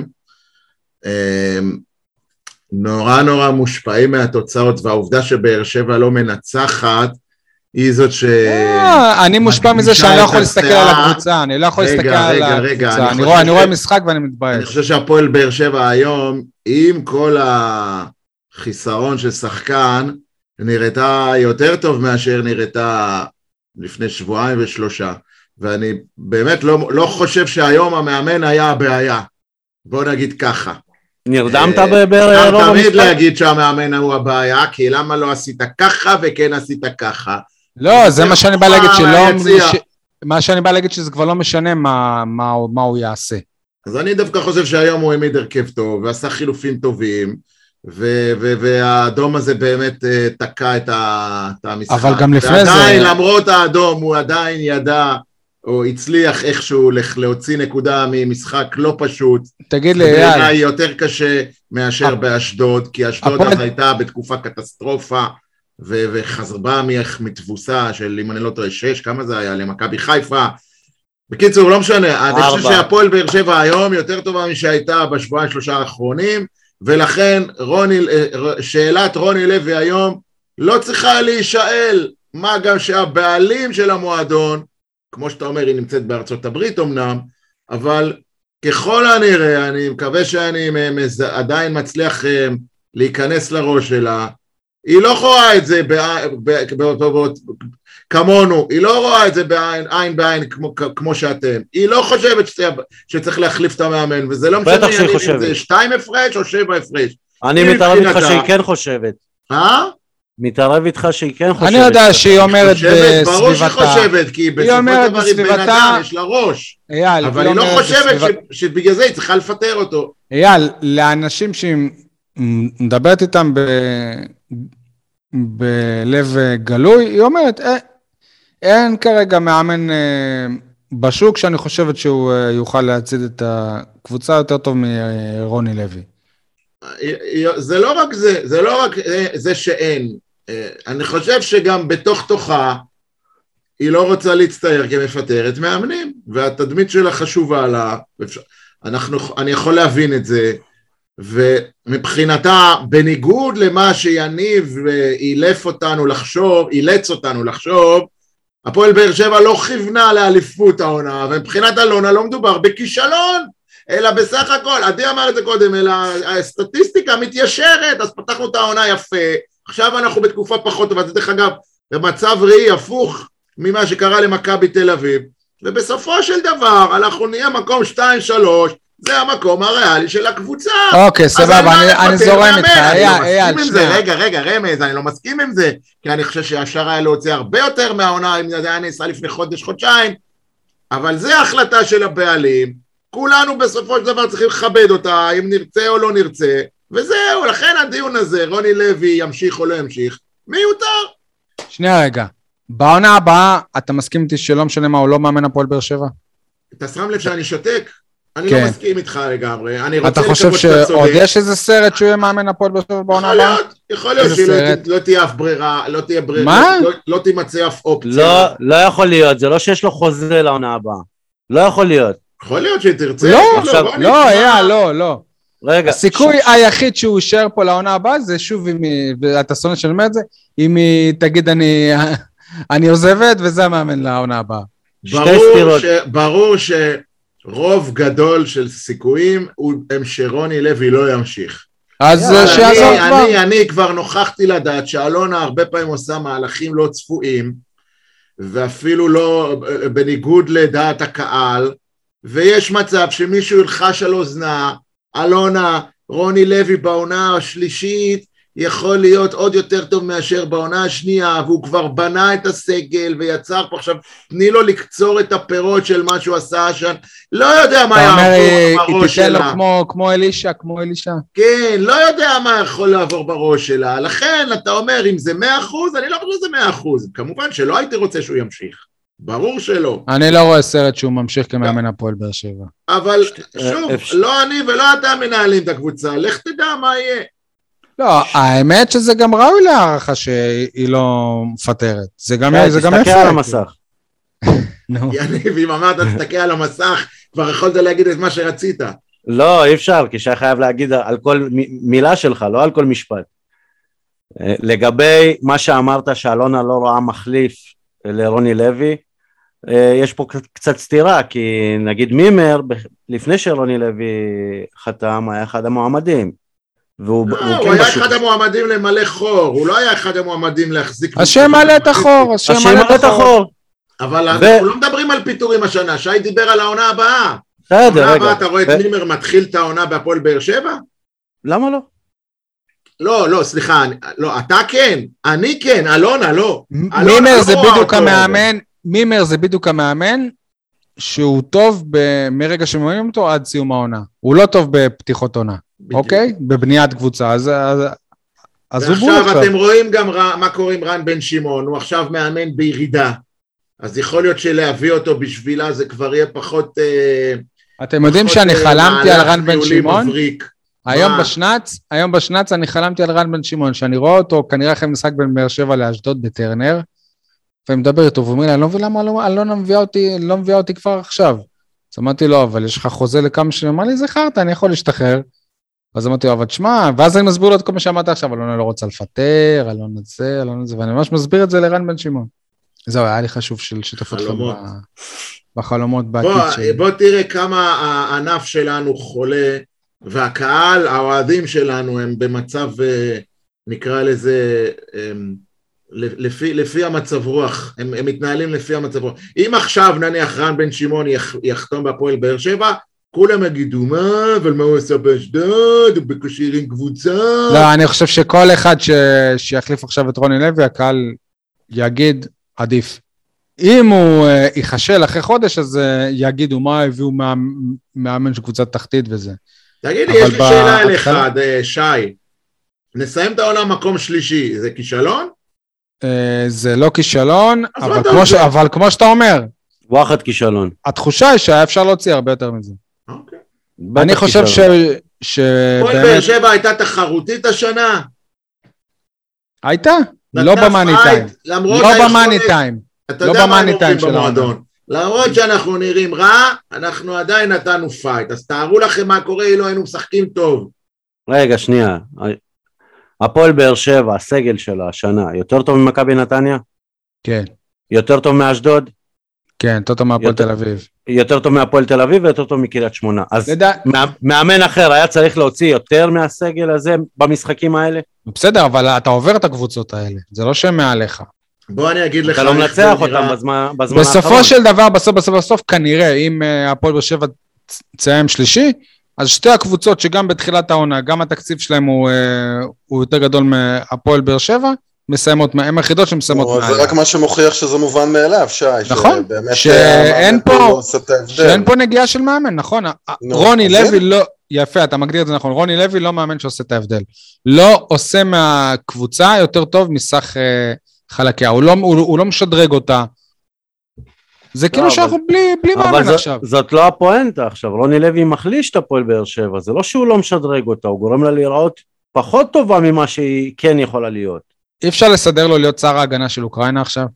נורא נורא מושפעים מהתוצאות, והעובדה שבאר שבע לא מנצחת, היא זאת ש... אני מושפע מזה שאני לא יכול להסתכל על הקבוצה, אני לא יכול להסתכל על הקבוצה, אני רואה משחק ואני מתבייש. אני חושב שהפועל באר שבע היום, עם כל החיסרון של שחקן, נראתה יותר טוב מאשר נראתה לפני שבועיים ושלושה, ואני באמת לא, לא חושב שהיום המאמן היה הבעיה, בוא נגיד ככה. נרדמת ברוב המשחק? תמיד להגיד שהמאמן הוא הבעיה, כי למה לא עשית ככה וכן עשית ככה. לא, זה מה שאני בא להגיד שלא, מה שאני בא להגיד שזה כבר לא משנה מה הוא יעשה. אז אני דווקא חושב שהיום הוא העמיד הרכב טוב, ועשה חילופים טובים, והאדום הזה באמת תקע את המשחק. אבל גם לפני זה... ועדיין, למרות האדום, הוא עדיין ידע, או הצליח איכשהו להוציא נקודה ממשחק לא פשוט. תגיד לי, אייל. בעיניי יותר קשה מאשר באשדוד, כי אשדוד אז הייתה בתקופה קטסטרופה, וחזרה מתבוסה של, אם אני לא טועה, שש, כמה זה היה? למכבי חיפה. בקיצור, לא משנה, אני חושב שהפועל באר שבע היום יותר טובה משהייתה בשבועיים שלושה האחרונים, ולכן רוני, שאלת רוני לוי היום לא צריכה להישאל, מה גם שהבעלים של המועדון, כמו שאתה אומר, היא נמצאת בארצות הברית אמנם, אבל ככל הנראה, אני מקווה שאני עדיין מצליח להיכנס לראש שלה, היא לא רואה את זה כמונו, היא לא רואה את זה בעין בעין כמו שאתם, היא לא חושבת שצריך להחליף את המאמן, וזה לא משנה אם זה שתיים הפרש או שבע הפרש. אני מתערב איתך שהיא כן חושבת. אה? מתערב איתך שהיא כן חושבת. אני יודע שהיא אומרת בסביבתה. ברור שהיא חושבת, כי בסופו של דבר היא בן אדם, יש לה ראש. אבל היא לא חושבת שבגלל זה היא צריכה לפטר אותו. אייל, לאנשים שהיא מדברת איתם בלב גלוי, היא אומרת, אין כרגע מאמן בשוק שאני חושבת שהוא יוכל להציד את הקבוצה יותר טוב מרוני לוי. זה לא רק זה, זה לא רק זה שאין. אני חושב שגם בתוך תוכה היא לא רוצה להצטייר כמפטרת מאמנים, והתדמית שלה חשובה לה, אנחנו, אני יכול להבין את זה, ומבחינתה, בניגוד למה שיניב ואילף אותנו לחשוב, אילץ אותנו לחשוב, הפועל באר שבע לא כיוונה לאליפות העונה, ומבחינת אלונה לא מדובר בכישלון, אלא בסך הכל, עדי אמר את זה קודם, אלא הסטטיסטיקה מתיישרת, אז פתחנו את העונה יפה, עכשיו אנחנו בתקופה פחות טובה, זה דרך אגב, במצב ראי הפוך ממה שקרה למכבי תל אביב, ובסופו של דבר אנחנו נהיה מקום שתיים שלוש, זה המקום הריאלי של הקבוצה. אוקיי, סבבה, אני זורם איתך, אייל, שנייה. רגע, רגע, רמז, אני לא מסכים עם זה, כי אני חושב שאפשר היה להוציא הרבה יותר מהעונה, אם זה היה נעשה לפני חודש, חודשיים, אבל זה ההחלטה של הבעלים, כולנו בסופו של דבר צריכים לכבד אותה, אם נרצה או לא נרצה, וזהו, לכן הדיון הזה, רוני לוי ימשיך או לא ימשיך, מיותר. שנייה רגע, בעונה הבאה, אתה מסכים איתי שלא משנה מה, הוא לא מאמן הפועל באר שבע? אתה שם לב שאני שותק? אני לא מסכים איתך לגמרי, אני רוצה אתה חושב שעוד יש איזה סרט שהוא יהיה מאמן הפועל באר שבע בעונה הבאה? יכול להיות שלא תהיה אף ברירה, לא תהיה ברירה, מה? לא תימצא אף אופציה. לא יכול להיות, זה לא שיש לו חוזה לעונה הבאה, לא יכול להיות. יכול להיות שתרצה. לא, לא, היה, לא, לא. רגע. הסיכוי היחיד שהוא יישאר פה לעונה הבאה, זה שוב, אתה שונא שאני אומר את זה, אם היא תגיד אני עוזבת, וזה המאמן לעונה הבאה. ברור שרוב גדול של סיכויים, הם שרוני לוי לא ימשיך. אז שיעזור כבר. אני כבר נוכחתי לדעת, שאלונה הרבה פעמים עושה מהלכים לא צפויים, ואפילו לא בניגוד לדעת הקהל, ויש מצב שמישהו ילחש על אוזנה, אלונה, רוני לוי בעונה השלישית, יכול להיות עוד יותר טוב מאשר בעונה השנייה, והוא כבר בנה את הסגל ויצר פה עכשיו, תני לו לקצור את הפירות של מה שהוא עשה שם, לא יודע מה יעבור בראש שלה. היא תיתן לו כמו אלישה, כמו אלישה. כן, לא יודע מה יכול לעבור בראש שלה, לכן אתה אומר, אם זה מאה אחוז, אני לא חושב שזה מאה אחוז, כמובן שלא הייתי רוצה שהוא ימשיך, ברור שלא. אני לא רואה סרט שהוא ממשיך כמאמן הפועל באר שבע. אבל שוב, לא אני ולא אתה מנהלים את הקבוצה, לך תדע מה יהיה. לא, האמת שזה גם ראוי להערכה שהיא לא מפטרת. זה גם יפה. תסתכל על המסך. יניב, אם אמרת, תסתכל על המסך, כבר יכולת להגיד את מה שרצית. לא, אי אפשר, כי שי חייב להגיד על כל מילה שלך, לא על כל משפט. לגבי מה שאמרת שאלונה לא רואה מחליף לרוני לוי, יש פה קצת סתירה, כי נגיד מימר, לפני שרוני לוי חתם, היה אחד המועמדים. והוא הוא היה אחד המועמדים למלא חור, הוא לא היה אחד המועמדים להחזיק... השם מעלה את החור, השם מעלה את החור. אבל אנחנו לא מדברים על פיטורים השנה, שי דיבר על העונה הבאה. העונה הבאה, אתה רואה את מימר מתחיל את העונה בהפועל באר שבע? למה לא? לא, לא, סליחה, לא, אתה כן, אני כן, אלונה, לא. מימר זה בדיוק המאמן, מימר זה בדיוק המאמן, שהוא טוב מרגע שמאמנים אותו עד סיום העונה. הוא לא טוב בפתיחות עונה. אוקיי? בבניית קבוצה, אז הוא בול עכשיו. ועכשיו אתם רואים גם מה קורה עם רן בן שמעון, הוא עכשיו מאמן בירידה, אז יכול להיות שלהביא אותו בשבילה זה כבר יהיה פחות... אתם יודעים שאני חלמתי על רן בן שמעון? היום בשנץ, היום בשנץ אני חלמתי על רן בן שמעון, שאני רואה אותו כנראה אחרי משחק בין באר שבע לאשדוד בטרנר, ואני מדבר איתו, והוא אומר לי, אני לא מבין למה אלונה מביאה אותי, לא מביאה אותי כבר עכשיו. אז אמרתי לו, אבל יש לך חוזה לכמה שנים, אמר לי, זכרת, אני יכול להשתחרר. אז אמרתי לו, אבל תשמע, ואז אני מסביר לו את כל מה שאמרת עכשיו, אלונה לא רוצה לפטר, אלונה זה, אלונה זה, ואני ממש מסביר את זה לרן בן שמעון. זהו, היה לי חשוב של שיתופות בחלומות בעתיד שלי. בוא תראה כמה הענף שלנו חולה, והקהל, האוהדים שלנו, הם במצב, נקרא לזה, לפי, לפי המצב רוח, הם, הם מתנהלים לפי המצב רוח. אם עכשיו נניח רן בן שמעון יחתום בהפועל באר שבע, כולם יגידו, מה, אבל מה הוא עשה באשדוד, הוא בקושי עם קבוצה. לא, אני חושב שכל אחד ש... שיחליף עכשיו את רוני לוי, הקהל יגיד, עדיף. אם הוא uh, יחשל אחרי חודש, אז uh, יגידו, מה הביאו מה... מאמן של קבוצת תחתית וזה. תגידי, יש לי ב... שאלה אליך, שי, נסיים את העונה מקום שלישי, זה כישלון? Uh, זה לא כישלון, אבל כמו, ש... אבל כמו שאתה אומר, וואחד כישלון. התחושה היא שהיה אפשר להוציא הרבה יותר מזה. אוקיי. אני חושב ש... ש... הפועל באר שבע הייתה תחרותית השנה? הייתה? לא במאני טיים. לא במאני טיים. אתה יודע מה אומרים במועדון. למרות שאנחנו נראים רע, אנחנו עדיין נתנו פייט. אז תארו לכם מה קורה אילו היינו משחקים טוב. רגע, שנייה. הפועל באר שבע, הסגל שלה השנה, יותר טוב ממכבי נתניה? כן. יותר טוב מאשדוד? כן, יותר טוב מהפועל תל אביב. יותר טוב מהפועל תל אביב ויותר טוב מקריית שמונה. אז מאמן אחר היה צריך להוציא יותר מהסגל הזה במשחקים האלה? בסדר, אבל אתה עובר את הקבוצות האלה, זה לא שהם מעליך. בוא אני אגיד לך... אתה לא מנצח אותם בזמן האחרון. בסופו של דבר, בסוף, בסוף, בסוף, כנראה, אם הפועל באר שבע תסיים שלישי, אז שתי הקבוצות שגם בתחילת העונה, גם התקציב שלהם הוא, הוא יותר גדול מהפועל באר שבע, מסיימות, הם היחידות שמסיימות מעלה. זה רק מה שמוכיח שזה מובן מאליו, שי. נכון, שאין פה, שאין פה נגיעה של מאמן, נכון. רוני לוי לא, יפה, אתה מגדיר את זה נכון, רוני לוי לא מאמן שעושה את ההבדל. לא עושה מהקבוצה יותר טוב מסך חלקיה, הוא לא, הוא, הוא לא משדרג אותה. זה כאילו שאנחנו בלי מאמן עכשיו. זאת לא הפואנטה עכשיו, רוני לוי מחליש את הפועל באר שבע, זה לא שהוא לא משדרג אותה, הוא גורם לה להיראות פחות טובה ממה שהיא כן יכולה להיות. אי אפשר לסדר לו להיות שר ההגנה של אוקראינה עכשיו?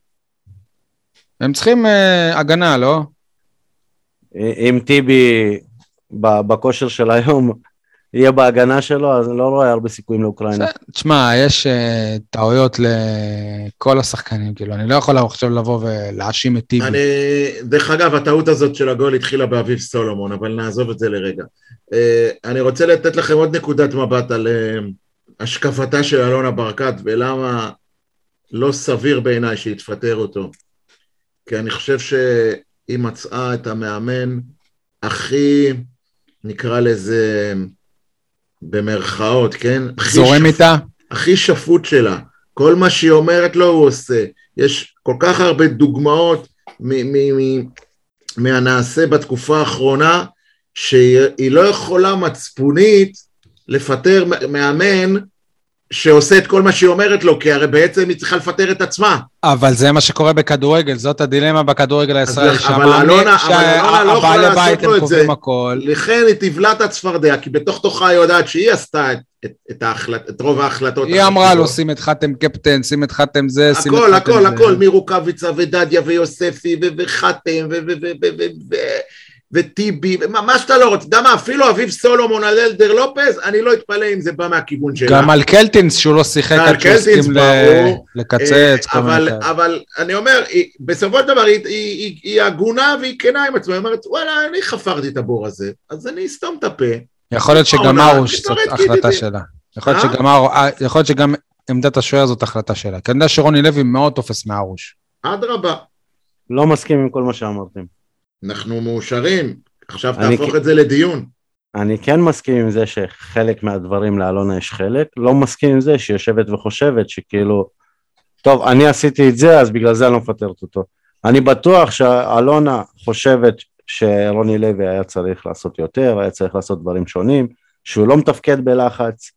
הם צריכים uh, הגנה, לא? אם טיבי בכושר של היום יהיה בהגנה שלו, אז אני לא רואה הרבה סיכויים לאוקראינה. תשמע, יש uh, טעויות לכל השחקנים, כאילו, אני לא יכול עכשיו לבוא ולהאשים את טיבי. אני, דרך אגב, הטעות הזאת של הגול התחילה באביב סולומון, אבל נעזוב את זה לרגע. Uh, אני רוצה לתת לכם עוד נקודת מבט על... Uh, השקפתה של אלונה ברקת, ולמה לא סביר בעיניי שיתפטר אותו. כי אני חושב שהיא מצאה את המאמן הכי, נקרא לזה, במרכאות, כן? זורם איתה? הכי שפוט שלה. כל מה שהיא אומרת לו הוא עושה. יש כל כך הרבה דוגמאות מ- מ- מ- מהנעשה בתקופה האחרונה, שהיא לא יכולה מצפונית לפטר מאמן שעושה את כל מה שהיא אומרת לו, כי הרי בעצם היא צריכה לפטר את עצמה. אבל זה מה שקורה בכדורגל, זאת הדילמה בכדורגל הישראלי. אבל אלונה לא יכולה לעשות לו את זה, לכן היא תבלע את הצפרדע, כי בתוך תוכה היא יודעת שהיא עשתה את רוב ההחלטות. היא אמרה לו, שים את חתם קפטן, שים את חתם זה, הכל, הכל, הכל, מרוקביצה ודדיה ויוספי וחתם ו... וטיבי, מה שאתה לא רוצה, דמה, אפילו אביב סולומון על אלדר לופז, אני לא אתפלא אם זה בא מהכיוון שלה. גם על קלטינס שהוא לא שיחק, עד שהוא הסכים לקצץ. אבל אני אומר, בסופו של דבר היא הגונה והיא כנה עם עצמה, היא אומרת, וואלה, אני חפרתי את הבור הזה, אז אני אסתום את הפה. יכול להיות שגם ארוש זאת החלטה שלה. יכול להיות שגם עמדת השוער זאת החלטה שלה. כי אני יודע שרוני לוי מאוד תופס מארוש. עד רבה. לא מסכים עם כל מה שאמרתם. אנחנו מאושרים, עכשיו תהפוך את זה לדיון. אני כן מסכים עם זה שחלק מהדברים לאלונה יש חלק, לא מסכים עם זה שהיא יושבת וחושבת שכאילו, טוב, אני עשיתי את זה, אז בגלל זה אני לא מפטרת אותו. אני בטוח שאלונה חושבת שרוני לוי היה צריך לעשות יותר, היה צריך לעשות דברים שונים, שהוא לא מתפקד בלחץ,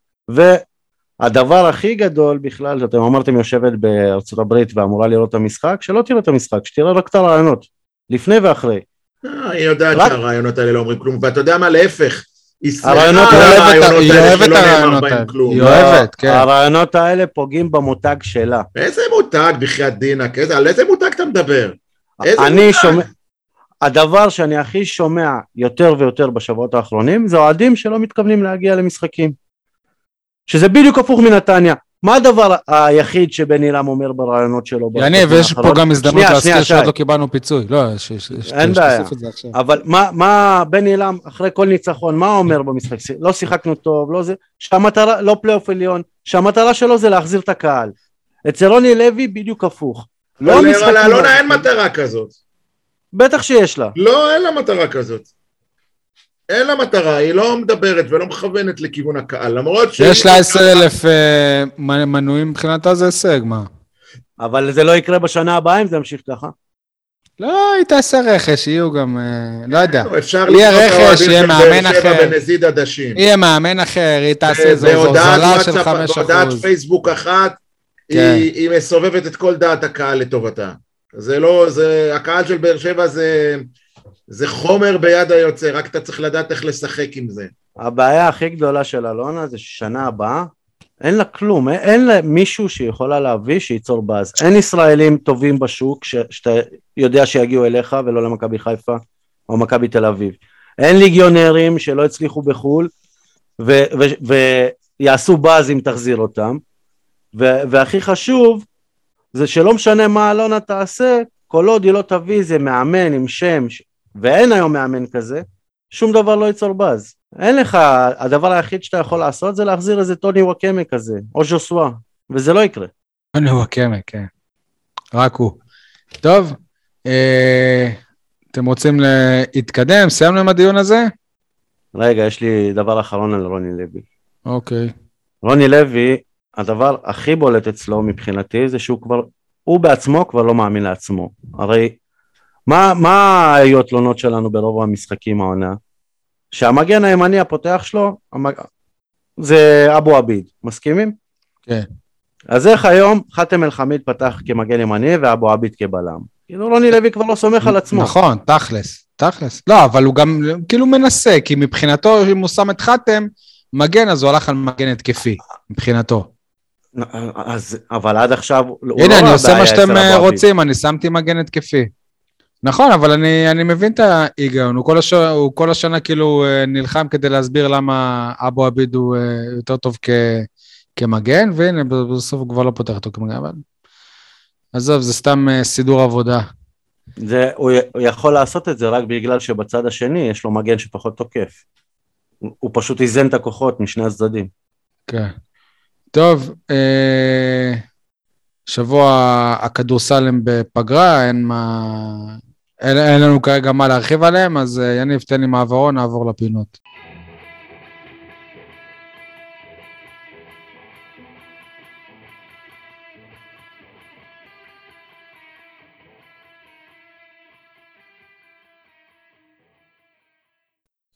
והדבר הכי גדול בכלל, שאתם אמרתם יושבת בארצות הברית ואמורה לראות את המשחק, שלא תראה את המשחק, שתראה רק את הרעיונות. לפני ואחרי. היא יודעת שהרעיונות האלה לא אומרים כלום, ואתה יודע מה, להפך, היא הרעיונות האלה, היא אוהבת הרעיונות האלה, היא אוהבת, כן. הרעיונות האלה פוגעים במותג שלה. איזה מותג בחייאת דינק, על איזה מותג אתה מדבר? אני שומע, הדבר שאני הכי שומע יותר ויותר בשבועות האחרונים, זה אוהדים שלא מתכוונים להגיע למשחקים. שזה בדיוק הפוך מנתניה. מה הדבר היחיד שבן אילם אומר ברעיונות שלו? יניב, ויש פה גם הזדמנות להזכיר שעוד לא קיבלנו פיצוי. לא, אין בעיה. אבל מה בן אילם, אחרי כל ניצחון, מה אומר במשחק? לא שיחקנו טוב, לא זה, שהמטרה, לא פלייאוף עליון, שהמטרה שלו זה להחזיר את הקהל. אצל רוני לוי בדיוק הפוך. לאלונה אין מטרה כזאת. בטח שיש לה. לא, אין לה מטרה כזאת. אין לה מטרה, היא לא מדברת ולא מכוונת לכיוון הקהל, למרות ש... יש לה עשר אלף מנויים מבחינתה, זה הישג, מה? אבל זה לא יקרה בשנה הבאה אם זה ימשיך ככה. לא, היא תעשה רכש, יהיו גם, לא יודע. אפשר יהיה רכש, יהיה מאמן אחר. בנזיד עדשים. יהיה מאמן אחר, היא תעשה איזו זולה של חמש אחוז. בהודעת פייסבוק אחת, היא מסובבת את כל דעת הקהל לטובתה. זה לא, זה, הקהל של באר שבע זה... זה חומר ביד היוצא, רק אתה צריך לדעת איך לשחק עם זה. הבעיה הכי גדולה של אלונה זה ששנה הבאה, אין לה כלום, אין לה מישהו שיכולה להביא שייצור באז. אין ישראלים טובים בשוק ש, שאתה יודע שיגיעו אליך ולא למכבי חיפה או מכבי תל אביב. אין ליגיונרים שלא הצליחו בחול ו, ו, ויעשו באז אם תחזיר אותם. ו, והכי חשוב זה שלא משנה מה אלונה תעשה, כל עוד היא לא תביא זה מאמן עם שם ואין היום מאמן כזה, שום דבר לא ייצור באז. אין לך, הדבר היחיד שאתה יכול לעשות זה להחזיר איזה טוני וואקמה כזה, או ז'וסווה, וזה לא יקרה. טוני וואקמה, כן. רק הוא. טוב, אה, אתם רוצים להתקדם? סיימנו עם הדיון הזה? רגע, יש לי דבר אחרון על רוני לוי. אוקיי. רוני לוי, הדבר הכי בולט אצלו מבחינתי, זה שהוא כבר, הוא בעצמו כבר לא מאמין לעצמו. הרי, מה, מה היו התלונות שלנו ברוב המשחקים העונה? שהמגן הימני הפותח שלו, המג... זה אבו עביד, מסכימים? כן. אז איך היום חתם אל חמיד פתח כמגן ימני ואבו עביד כבלם? כאילו רוני לוי כבר לא סומך על עצמו. נכון, תכלס, תכלס. לא, אבל הוא גם כאילו מנסה, כי מבחינתו, אם הוא שם את חתם, מגן, אז הוא הלך על מגן התקפי, מבחינתו. אז, אבל עד עכשיו... הנה, אני עושה מה שאתם רוצים, אני שמתי מגן התקפי. נכון, אבל אני, אני מבין את ההיגיון, הוא כל, הש... הוא כל השנה כאילו נלחם כדי להסביר למה אבו עביד הוא יותר טוב כ... כמגן, והנה בסוף הוא כבר לא פותח אותו כמגן, אבל עזוב, זה סתם סידור עבודה. זה, הוא, הוא יכול לעשות את זה רק בגלל שבצד השני יש לו מגן שפחות תוקף. הוא, הוא פשוט איזן את הכוחות משני הצדדים. כן. טוב, אה... שבוע הכדורסל הם בפגרה, אין מה... אין, אין לנו כרגע מה להרחיב עליהם, אז יניב, תן לי מעברון, נעבור לפינות.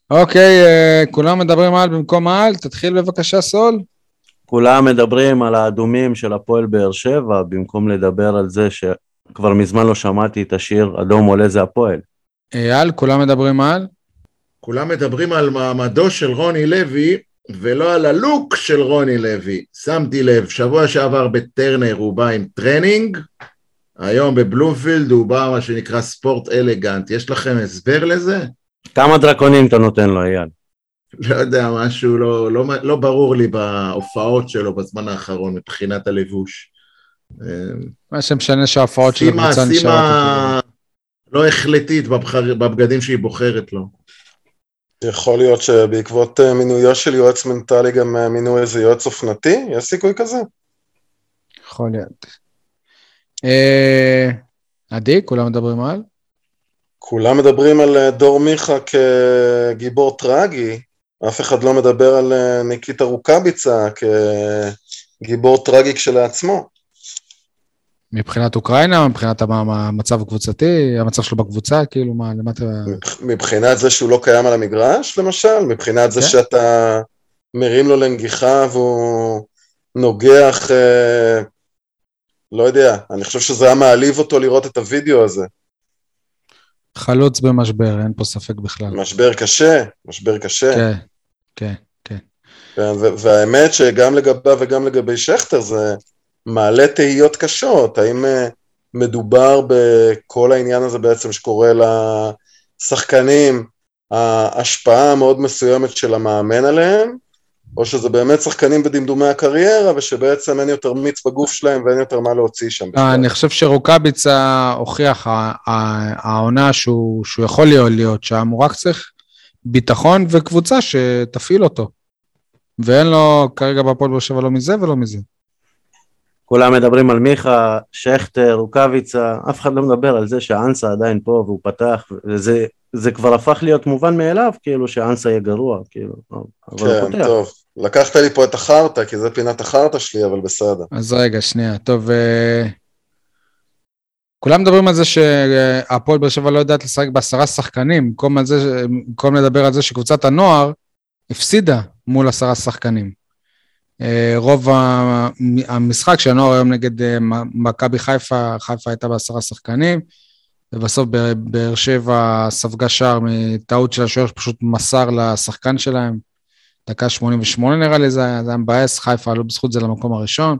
אוקיי, כולם מדברים על במקום על, תתחיל בבקשה סול. כולם מדברים על האדומים של הפועל באר שבע, במקום לדבר על זה שכבר מזמן לא שמעתי את השיר אדום עולה זה הפועל. אייל, כולם מדברים על? כולם מדברים על מעמדו של רוני לוי, ולא על הלוק של רוני לוי. שמתי לב, שבוע שעבר בטרנר הוא בא עם טרנינג, היום בבלומפילד הוא בא מה שנקרא ספורט אלגנט. יש לכם הסבר לזה? כמה דרקונים אתה נותן לו, אייל? לא יודע, משהו לא, לא, לא ברור לי בהופעות שלו בזמן האחרון מבחינת הלבוש. מה שמשנה שההופעות של הקבוצה נשארת. סימה לא החלטית בבחר, בבגדים שהיא בוחרת לו. יכול להיות שבעקבות מינויו של יועץ מנטלי גם מינו איזה יועץ אופנתי? יש סיכוי כזה? יכול להיות. עדי, כולם מדברים על? כולם מדברים על דור מיכה כגיבור טרגי, אף אחד לא מדבר על ניקיטה רוקאביצה כגיבור טרגי כשלעצמו. מבחינת אוקראינה, מבחינת המצב הקבוצתי, המצב שלו בקבוצה, כאילו מה, למטה... מבחינת זה שהוא לא קיים על המגרש, למשל, מבחינת זה שאתה מרים לו לנגיחה והוא נוגח, לא יודע, אני חושב שזה היה מעליב אותו לראות את הוידאו הזה. חלוץ במשבר, אין פה ספק בכלל. משבר קשה, משבר קשה. כן, כן, כן. כן, והאמת שגם לגביו וגם לגבי שכטר זה מעלה תהיות קשות, האם מדובר בכל העניין הזה בעצם שקורה לשחקנים, ההשפעה המאוד מסוימת של המאמן עליהם, או שזה באמת שחקנים בדמדומי הקריירה, ושבעצם אין יותר מיץ בגוף שלהם ואין יותר מה להוציא שם. אני חושב שרוקאביצה הוכיח העונה שהוא יכול להיות שם, הוא רק צריך ביטחון וקבוצה שתפעיל אותו. ואין לו כרגע בהפועל באר שבע לא מזה ולא מזה. כולם מדברים על מיכה, שכטר, רוקאביצה, אף אחד לא מדבר על זה שאנסה עדיין פה והוא פתח, וזה, זה כבר הפך להיות מובן מאליו, כאילו שאנסה יהיה גרוע, כאילו. כן, טוב. לקחת לי פה את החרטה, כי זה פינת החרטה שלי, אבל בסדר. אז רגע, שנייה, טוב. כולם מדברים על זה שהפועל באר שבע לא יודעת לשחק בעשרה שחקנים, במקום על זה, במקום לדבר על זה שקבוצת הנוער הפסידה מול עשרה שחקנים. רוב המשחק שהנוער היום נגד מכבי חיפה, חיפה הייתה בעשרה שחקנים, ובסוף באר שבע ספגה שער מטעות של השוער שפשוט מסר לשחקן שלהם, דקה שמונים ושמונה נראה לי, זה היה מבאס, חיפה עלו בזכות זה למקום הראשון.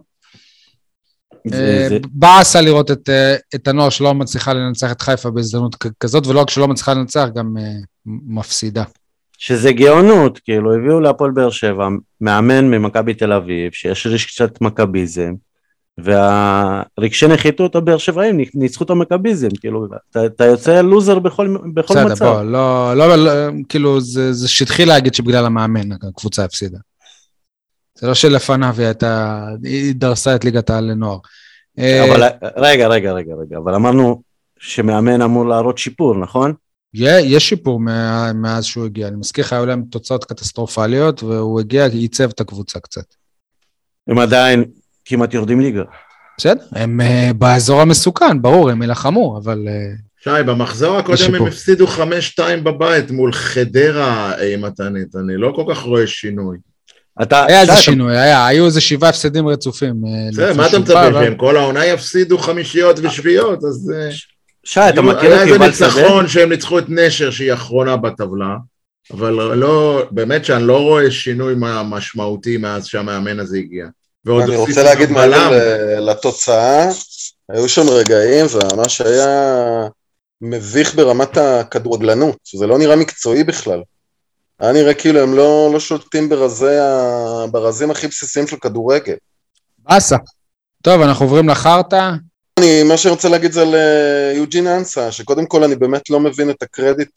בעשה לראות את, את הנוער שלא מצליחה לנצח את חיפה בהזדמנות כזאת, ולא רק שלא מצליחה לנצח, גם מפסידה. שזה גאונות, כאילו, הביאו להפועל באר שבע, מאמן ממכבי תל אביב, שיש ריש קצת מכביזם, והרגשי נחיתות הבאר שבעים ניצחו את המכביזם, כאילו, אתה, אתה יוצא לוזר בכל, בכל בסדר, מצב. בוא, לא, לא, לא, כאילו, זה, זה שטחי להגיד שבגלל המאמן, הקבוצה הפסידה. זה לא שלפניו היא הייתה, היא דרסה את ליגת העל לנוער. אבל, רגע, רגע, רגע, רגע, אבל אמרנו שמאמן אמור להראות שיפור, נכון? יש שיפור מאז שהוא הגיע, אני מזכיר לך, היו להם תוצאות קטסטרופליות, והוא הגיע, ייצב את הקבוצה קצת. הם עדיין כמעט יורדים ליגה. בסדר, הם באזור המסוכן, ברור, הם ילחמו, אבל... שי, במחזור הקודם הם הפסידו חמש שתיים בבית מול חדרה, אם אתה נתני, לא כל כך רואה שינוי. היה איזה שינוי, היו איזה שבעה הפסדים רצופים. בסדר, מה אתה מצפה שהם? כל העונה יפסידו חמישיות ושביעות, אז... שי, אתה מכיר את יובל שדה? היה איזה ניצחון שהם ניצחו את נשר שהיא אחרונה בטבלה, אבל לא, באמת שאני לא רואה שינוי משמעותי מאז שהמאמן הזה הגיע. אני רוצה להגיד מעלה לתוצאה, היו שם רגעים, זה ממש היה מביך ברמת הכדורגלנות, זה לא נראה מקצועי בכלל. היה נראה כאילו הם לא, לא שולטים ברזי, ברזים הכי בסיסיים של כדורגל. באסה. טוב, אנחנו עוברים לחרטה. אני, מה שאני רוצה להגיד זה ליוג'ין אנסה, שקודם כל אני באמת לא מבין את הקרדיט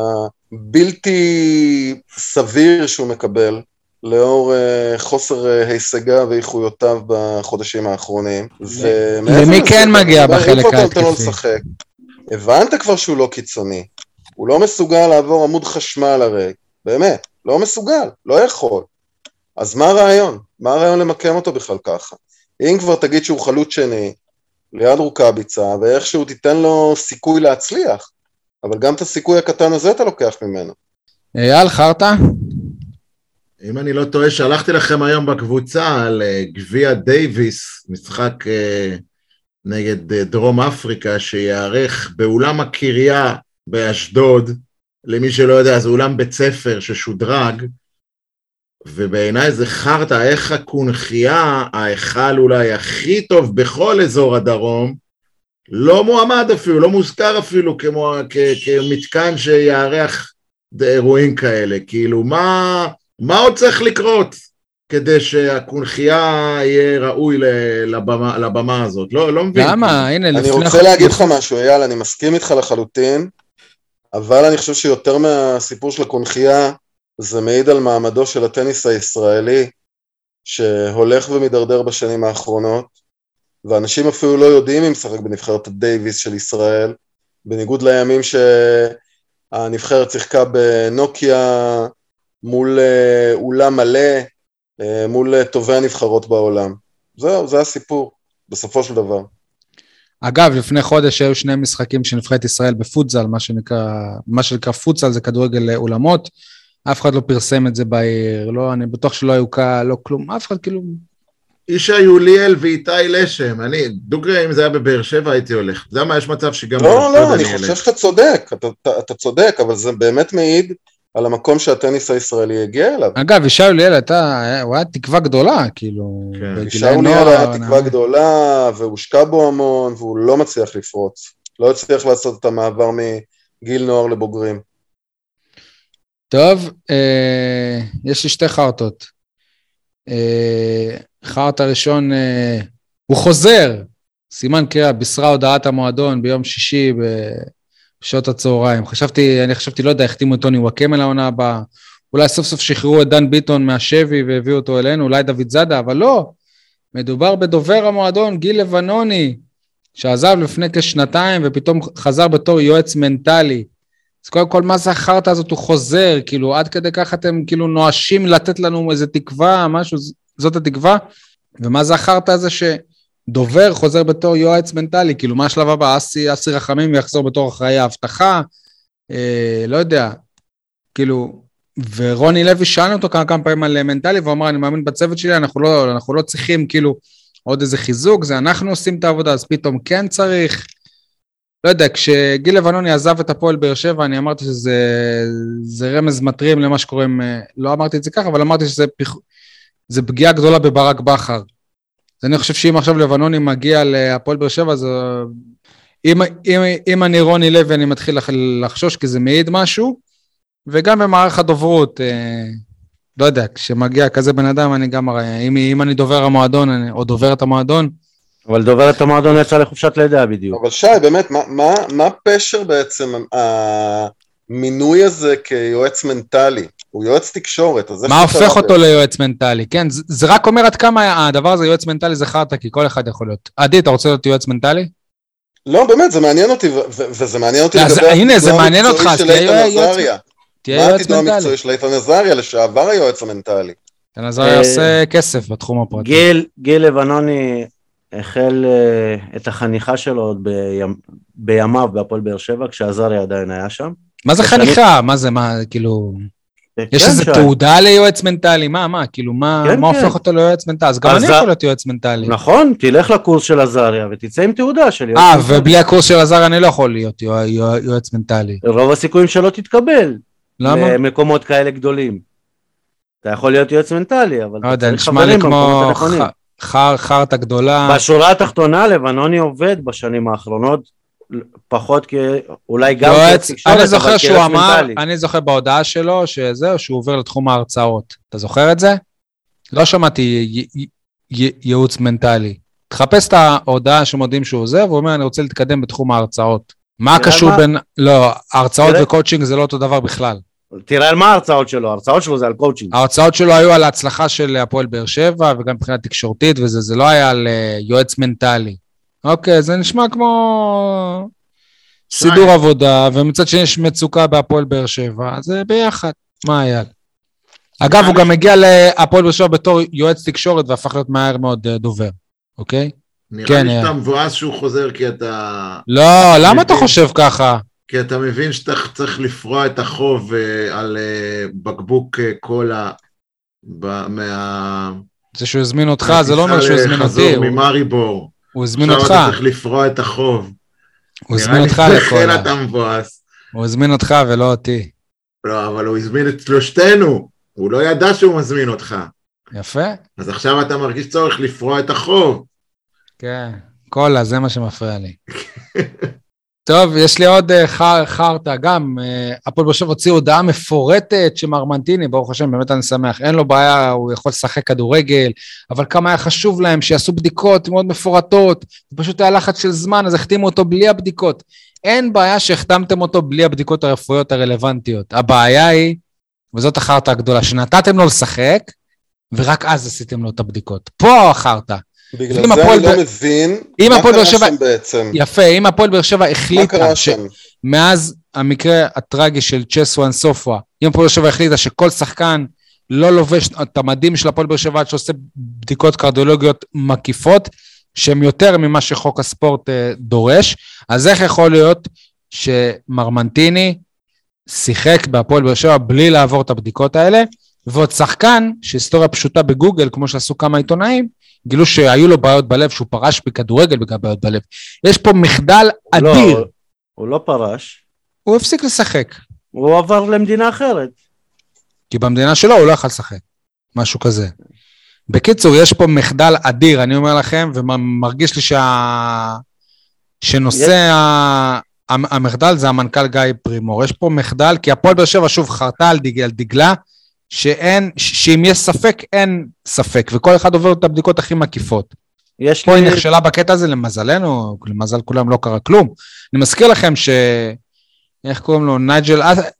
הבלתי סביר שהוא מקבל, לאור חוסר הישגה ואיכויותיו בחודשים האחרונים. למי כן מגיע בחלק ההתקפי? הבנת כבר שהוא לא קיצוני, הוא לא מסוגל לעבור עמוד חשמל הרי, באמת, לא מסוגל, לא יכול. אז מה הרעיון? מה הרעיון למקם אותו בכלל ככה? אם כבר תגיד שהוא חלוץ שני, ליד רוקאביצה, ואיכשהו תיתן לו סיכוי להצליח, אבל גם את הסיכוי הקטן הזה אתה לוקח ממנו. אייל, חרטה? אם אני לא טועה, שלחתי לכם היום בקבוצה על גביע דייביס, משחק נגד דרום אפריקה, שיערך באולם הקריה באשדוד, למי שלא יודע, זה אולם בית ספר ששודרג, ובעיניי זה חרטה, איך הקונחייה, ההיכל אולי הכי טוב בכל אזור הדרום, לא מועמד אפילו, לא מוזכר אפילו כמו, כ, כמתקן שיערך אירועים כאלה, כאילו מה, מה עוד צריך לקרות כדי שהקונחייה יהיה ראוי לבמה, לבמה הזאת, לא, לא מבין. למה? הנה, אני רוצה להגיד לך משהו, אייל, אני מסכים איתך לחלוטין, אבל אני חושב שיותר מהסיפור של הקונחייה, זה מעיד על מעמדו של הטניס הישראלי, שהולך ומדרדר בשנים האחרונות, ואנשים אפילו לא יודעים אם משחק בנבחרת הדייביס של ישראל, בניגוד לימים שהנבחרת שיחקה בנוקיה, מול אולם מלא, מול טובי הנבחרות בעולם. זהו, זה הסיפור, בסופו של דבר. אגב, לפני חודש היו שני משחקים של נבחרת ישראל בפוטזל, מה שנקרא, מה שנקרא פוטזל זה כדורגל אולמות, אף אחד לא פרסם את זה בעיר, לא, אני בטוח שלא היו קהל, לא כלום, אף אחד כאילו... אישה יוליאל ואיתי לשם, אני, דוגרי, אם זה היה בבאר שבע הייתי הולך, זה מה, יש מצב שגם... לא, לא, אני חושב שאתה צודק, אתה, אתה, אתה צודק, אבל זה באמת מעיד על המקום שהטניס הישראלי הגיע אליו. אגב, אישה יוליאל הייתה, הוא היה תקווה גדולה, כאילו... כן. אישה יוליאל היה תקווה גדולה, והושקע בו המון, והוא לא מצליח לפרוץ, לא הצליח לעשות את המעבר מגיל נוער לבוגרים. טוב, אה, יש לי שתי חרטות. אה, חרט הראשון, אה, הוא חוזר, סימן קריאה, בישרה הודעת המועדון ביום שישי בשעות הצהריים. חשבתי, אני חשבתי, לא יודע, החתימו את טוני וואקמה לעונה הבאה, אולי סוף סוף שחררו את דן ביטון מהשבי והביאו אותו אלינו, אולי דוד זאדה, אבל לא, מדובר בדובר המועדון, גיל לבנוני, שעזב לפני כשנתיים ופתאום חזר בתור יועץ מנטלי. אז קודם כל, מה זה החרטה הזאת? הוא חוזר, כאילו, עד כדי כך אתם כאילו נואשים לתת לנו איזה תקווה, משהו, זאת התקווה, ומה זה החרטה הזה שדובר חוזר בתור יועץ מנטלי, כאילו, מה השלב הבא? אסי, אסי רחמים יחזור בתור אחראי ההבטחה, אה, לא יודע, כאילו, ורוני לוי שאל אותו כמה, כמה פעמים על מנטלי, והוא אמר, אני מאמין בצוות שלי, אנחנו לא, אנחנו לא צריכים, כאילו, עוד איזה חיזוק, זה אנחנו עושים את העבודה, אז פתאום כן צריך, לא יודע, כשגיל לבנוני עזב את הפועל באר שבע, אני אמרתי שזה זה רמז מטרים למה שקוראים, לא אמרתי את זה ככה, אבל אמרתי שזה פח, זה פגיעה גדולה בברק בכר. אז אני חושב שאם עכשיו לבנוני מגיע להפועל באר שבע, אז אם, אם, אם אני רוני לוי, אני מתחיל לחשוש, כי זה מעיד משהו, וגם במערך הדוברות, לא יודע, כשמגיע כזה בן אדם, אני גם, אם, אם אני דובר המועדון, או דובר את המועדון, אבל דוברת המועדון יצא לחופשת לידה בדיוק. אבל שי, באמת, מה, מה, מה פשר בעצם המינוי הזה כיועץ מנטלי? הוא יועץ תקשורת. מה הופך אותו ליועץ מנטלי? כן, זה, זה רק אומר עד כמה הדבר הזה יועץ מנטלי זה חרטה, כי כל אחד יכול להיות. עדי, אתה רוצה להיות יועץ מנטלי? לא, באמת, זה מעניין אותי, וזה מעניין אותי לגבי... הנה, זה מעניין אותך, אז תהיה יועץ מנטלי. מה התדוע המקצועי של איתן עזריה, לשעבר היועץ המנטלי? איתן עזריה עושה כסף בתחום הפרטי. גיל, גיל לבנוני החל uh, את החניכה שלו עוד בימ, בימיו בהפועל באר שבע, כשעזריה עדיין היה שם. מה זה חניכה? מה זה, מה, כאילו... יש כן, איזו שי. תעודה ליועץ מנטלי? מה, מה, כאילו, מה, כן, מה כן. הופך אותו ליועץ מנטלי? אז גם אז אני זה- יכול להיות יועץ מנטלי. נכון, תלך לקורס של עזריה ותצא עם תעודה של יועץ אה, מנטלי. ובלי הקורס של עזריה אני לא יכול להיות יוע- יוע- יועץ מנטלי. רוב הסיכויים שלא תתקבל. למה? למקומות כאלה גדולים. אתה יכול להיות יועץ מנטלי, אבל לא יודע, צריך נשמע לי חברים כמו במקומות הנכונים. ח- חר- חרטה גדולה. בשורה התחתונה, לבנוני עובד בשנים האחרונות, פחות כי אולי גם יועץ, כתקשורת, אני זוכר אבל שהוא כיועץ אמר, מנטלי. אני זוכר בהודעה שלו, שזהו, שהוא עובר לתחום ההרצאות. אתה זוכר את זה? לא שמעתי י- י- י- ייעוץ מנטלי. תחפש את ההודעה שמודיעים שהוא עוזר, והוא אומר, אני רוצה להתקדם בתחום ההרצאות. מה תראה קשור מה- בין, לא, הרצאות תראה- וקואוצ'ינג זה לא אותו דבר בכלל. תראה על מה ההרצאות שלו, ההרצאות שלו זה על קואוצ'ינג. ההרצאות שלו היו על ההצלחה של הפועל באר שבע, וגם מבחינה תקשורתית, וזה זה לא היה על אה, יועץ מנטלי. אוקיי, זה נשמע כמו סידור עבודה, ומצד שני יש מצוקה בהפועל באר שבע, אז זה ביחד. מה היה? אגב, הוא גם הגיע להפועל באר שבע בתור יועץ תקשורת, והפך להיות מהר מאוד אה, דובר, אוקיי? נראה כן, לי אה. שאתה מבואס שהוא חוזר כי אתה... לא, למה אתה חושב ככה? כי אתה מבין שאתה צריך לפרוע את החוב על בקבוק קולה מה... זה שהוא הזמין אותך, זה לא אומר שהוא הזמין אותי. חזור ממריבור. הוא הזמין אותך. עכשיו אתה צריך לפרוע את החוב. הוא הזמין אותך לקולה. נראה לי אתה מבואס. הוא הזמין אותך ולא אותי. לא, אבל הוא הזמין את שלושתנו. הוא לא ידע שהוא מזמין אותך. יפה. אז עכשיו אתה מרגיש צורך לפרוע את החוב. כן, קולה, זה מה שמפריע לי. טוב, יש לי עוד חרטה, גם הפועל באר שבע הוציא הודעה מפורטת שמרמנטיני, ברוך השם, באמת אני שמח, אין לו בעיה, הוא יכול לשחק כדורגל, אבל כמה היה חשוב להם שיעשו בדיקות מאוד מפורטות, פשוט היה לחץ של זמן, אז החתימו אותו בלי הבדיקות. אין בעיה שהחתמתם אותו בלי הבדיקות הרפואיות הרלוונטיות. הבעיה היא, וזאת החרטה הגדולה, שנתתם לו לשחק, ורק אז עשיתם לו את הבדיקות. פה החרטה. בגלל זה אני לא מבין מה קרה שם בעצם. יפה, אם הפועל באר שבע החליטה, מאז המקרה הטרגי של צ'סואן סופווה, אם הפועל באר שבע החליטה שכל שחקן לא לובש את המדים של הפועל באר שבע, עד שעושה בדיקות קרדיולוגיות מקיפות, שהן יותר ממה שחוק הספורט דורש, אז איך יכול להיות שמרמנטיני שיחק בהפועל באר שבע בלי לעבור את הבדיקות האלה, ועוד שחקן, שהיסטוריה פשוטה בגוגל, כמו שעשו כמה עיתונאים, גילו שהיו לו בעיות בלב, שהוא פרש בכדורגל בגלל בעיות בלב. יש פה מחדל אדיר. לא, הוא לא פרש. הוא הפסיק לשחק. הוא עבר למדינה אחרת. כי במדינה שלו הוא לא יכול לשחק. משהו כזה. בקיצור, יש פה מחדל אדיר, אני אומר לכם, ומרגיש לי שה... שנושא יש... ה... המחדל זה המנכ"ל גיא פרימור. יש פה מחדל, כי הפועל באר שבע שוב חרטה על דגל, דגלה, שאין, שאם יש ספק, אין ספק, וכל אחד עובר את הבדיקות הכי מקיפות. פה לי... היא נכשלה בקטע הזה, למזלנו, למזל כולם לא קרה כלום. אני מזכיר לכם ש... איך קוראים לו? נייג'ל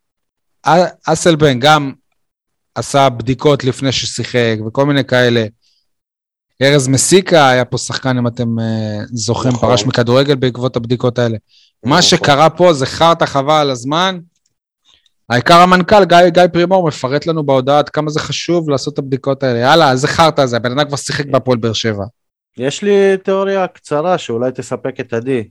אסלבן גם עשה בדיקות לפני ששיחק, וכל מיני כאלה. ארז מסיקה היה פה שחקן, אם אתם זוכרים, נכון. פרש מכדורגל בעקבות הבדיקות האלה. נכון. מה שקרה פה זה חרטה חבל על הזמן, העיקר המנכ"ל, גיא, גיא פרימור, מפרט לנו בהודעת כמה זה חשוב לעשות את הבדיקות האלה. יאללה, איזה חרטה זה, הבן אדם כבר שיחק בהפועל באר שבע. יש לי תיאוריה קצרה שאולי תספק את עדי.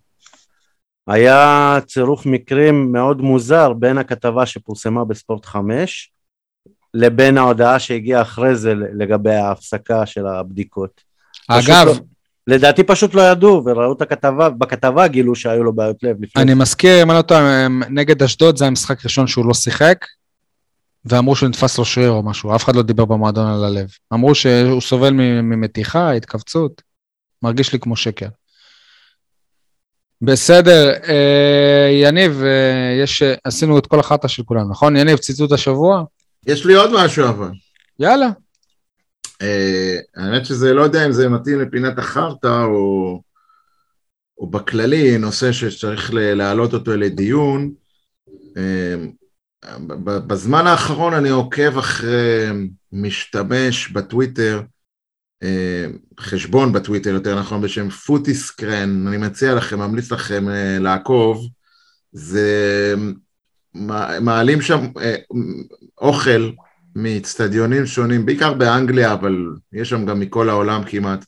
היה צירוף מקרים מאוד מוזר בין הכתבה שפורסמה בספורט חמש, לבין ההודעה שהגיעה אחרי זה לגבי ההפסקה של הבדיקות. אגב, לא, לדעתי פשוט לא ידעו, וראו את הכתבה, בכתבה גילו שהיו לו בעיות לב. אני מזכיר, אם אני לא טועה, נגד אשדוד, זה המשחק ראשון שהוא לא שיחק, ואמרו שהוא נתפס לו שריר או משהו, אף אחד לא דיבר במועדון על הלב. אמרו שהוא סובל ממתיחה, התכווצות, מרגיש לי כמו שקר. בסדר, יניב, יש, עשינו את כל החרטה של כולם, נכון? יניב, ציטוט השבוע? יש לי עוד משהו אבל. יאללה. האמת שזה לא יודע אם זה מתאים לפינת החרטה או, או בכללי, נושא שצריך להעלות אותו לדיון. בזמן האחרון אני עוקב אחרי משתמש בטוויטר, חשבון בטוויטר יותר נכון בשם פוטיסקרן, אני מציע לכם, ממליץ לכם לעקוב, זה מעלים שם אוכל מאצטדיונים שונים, בעיקר באנגליה, אבל יש שם גם מכל העולם כמעט.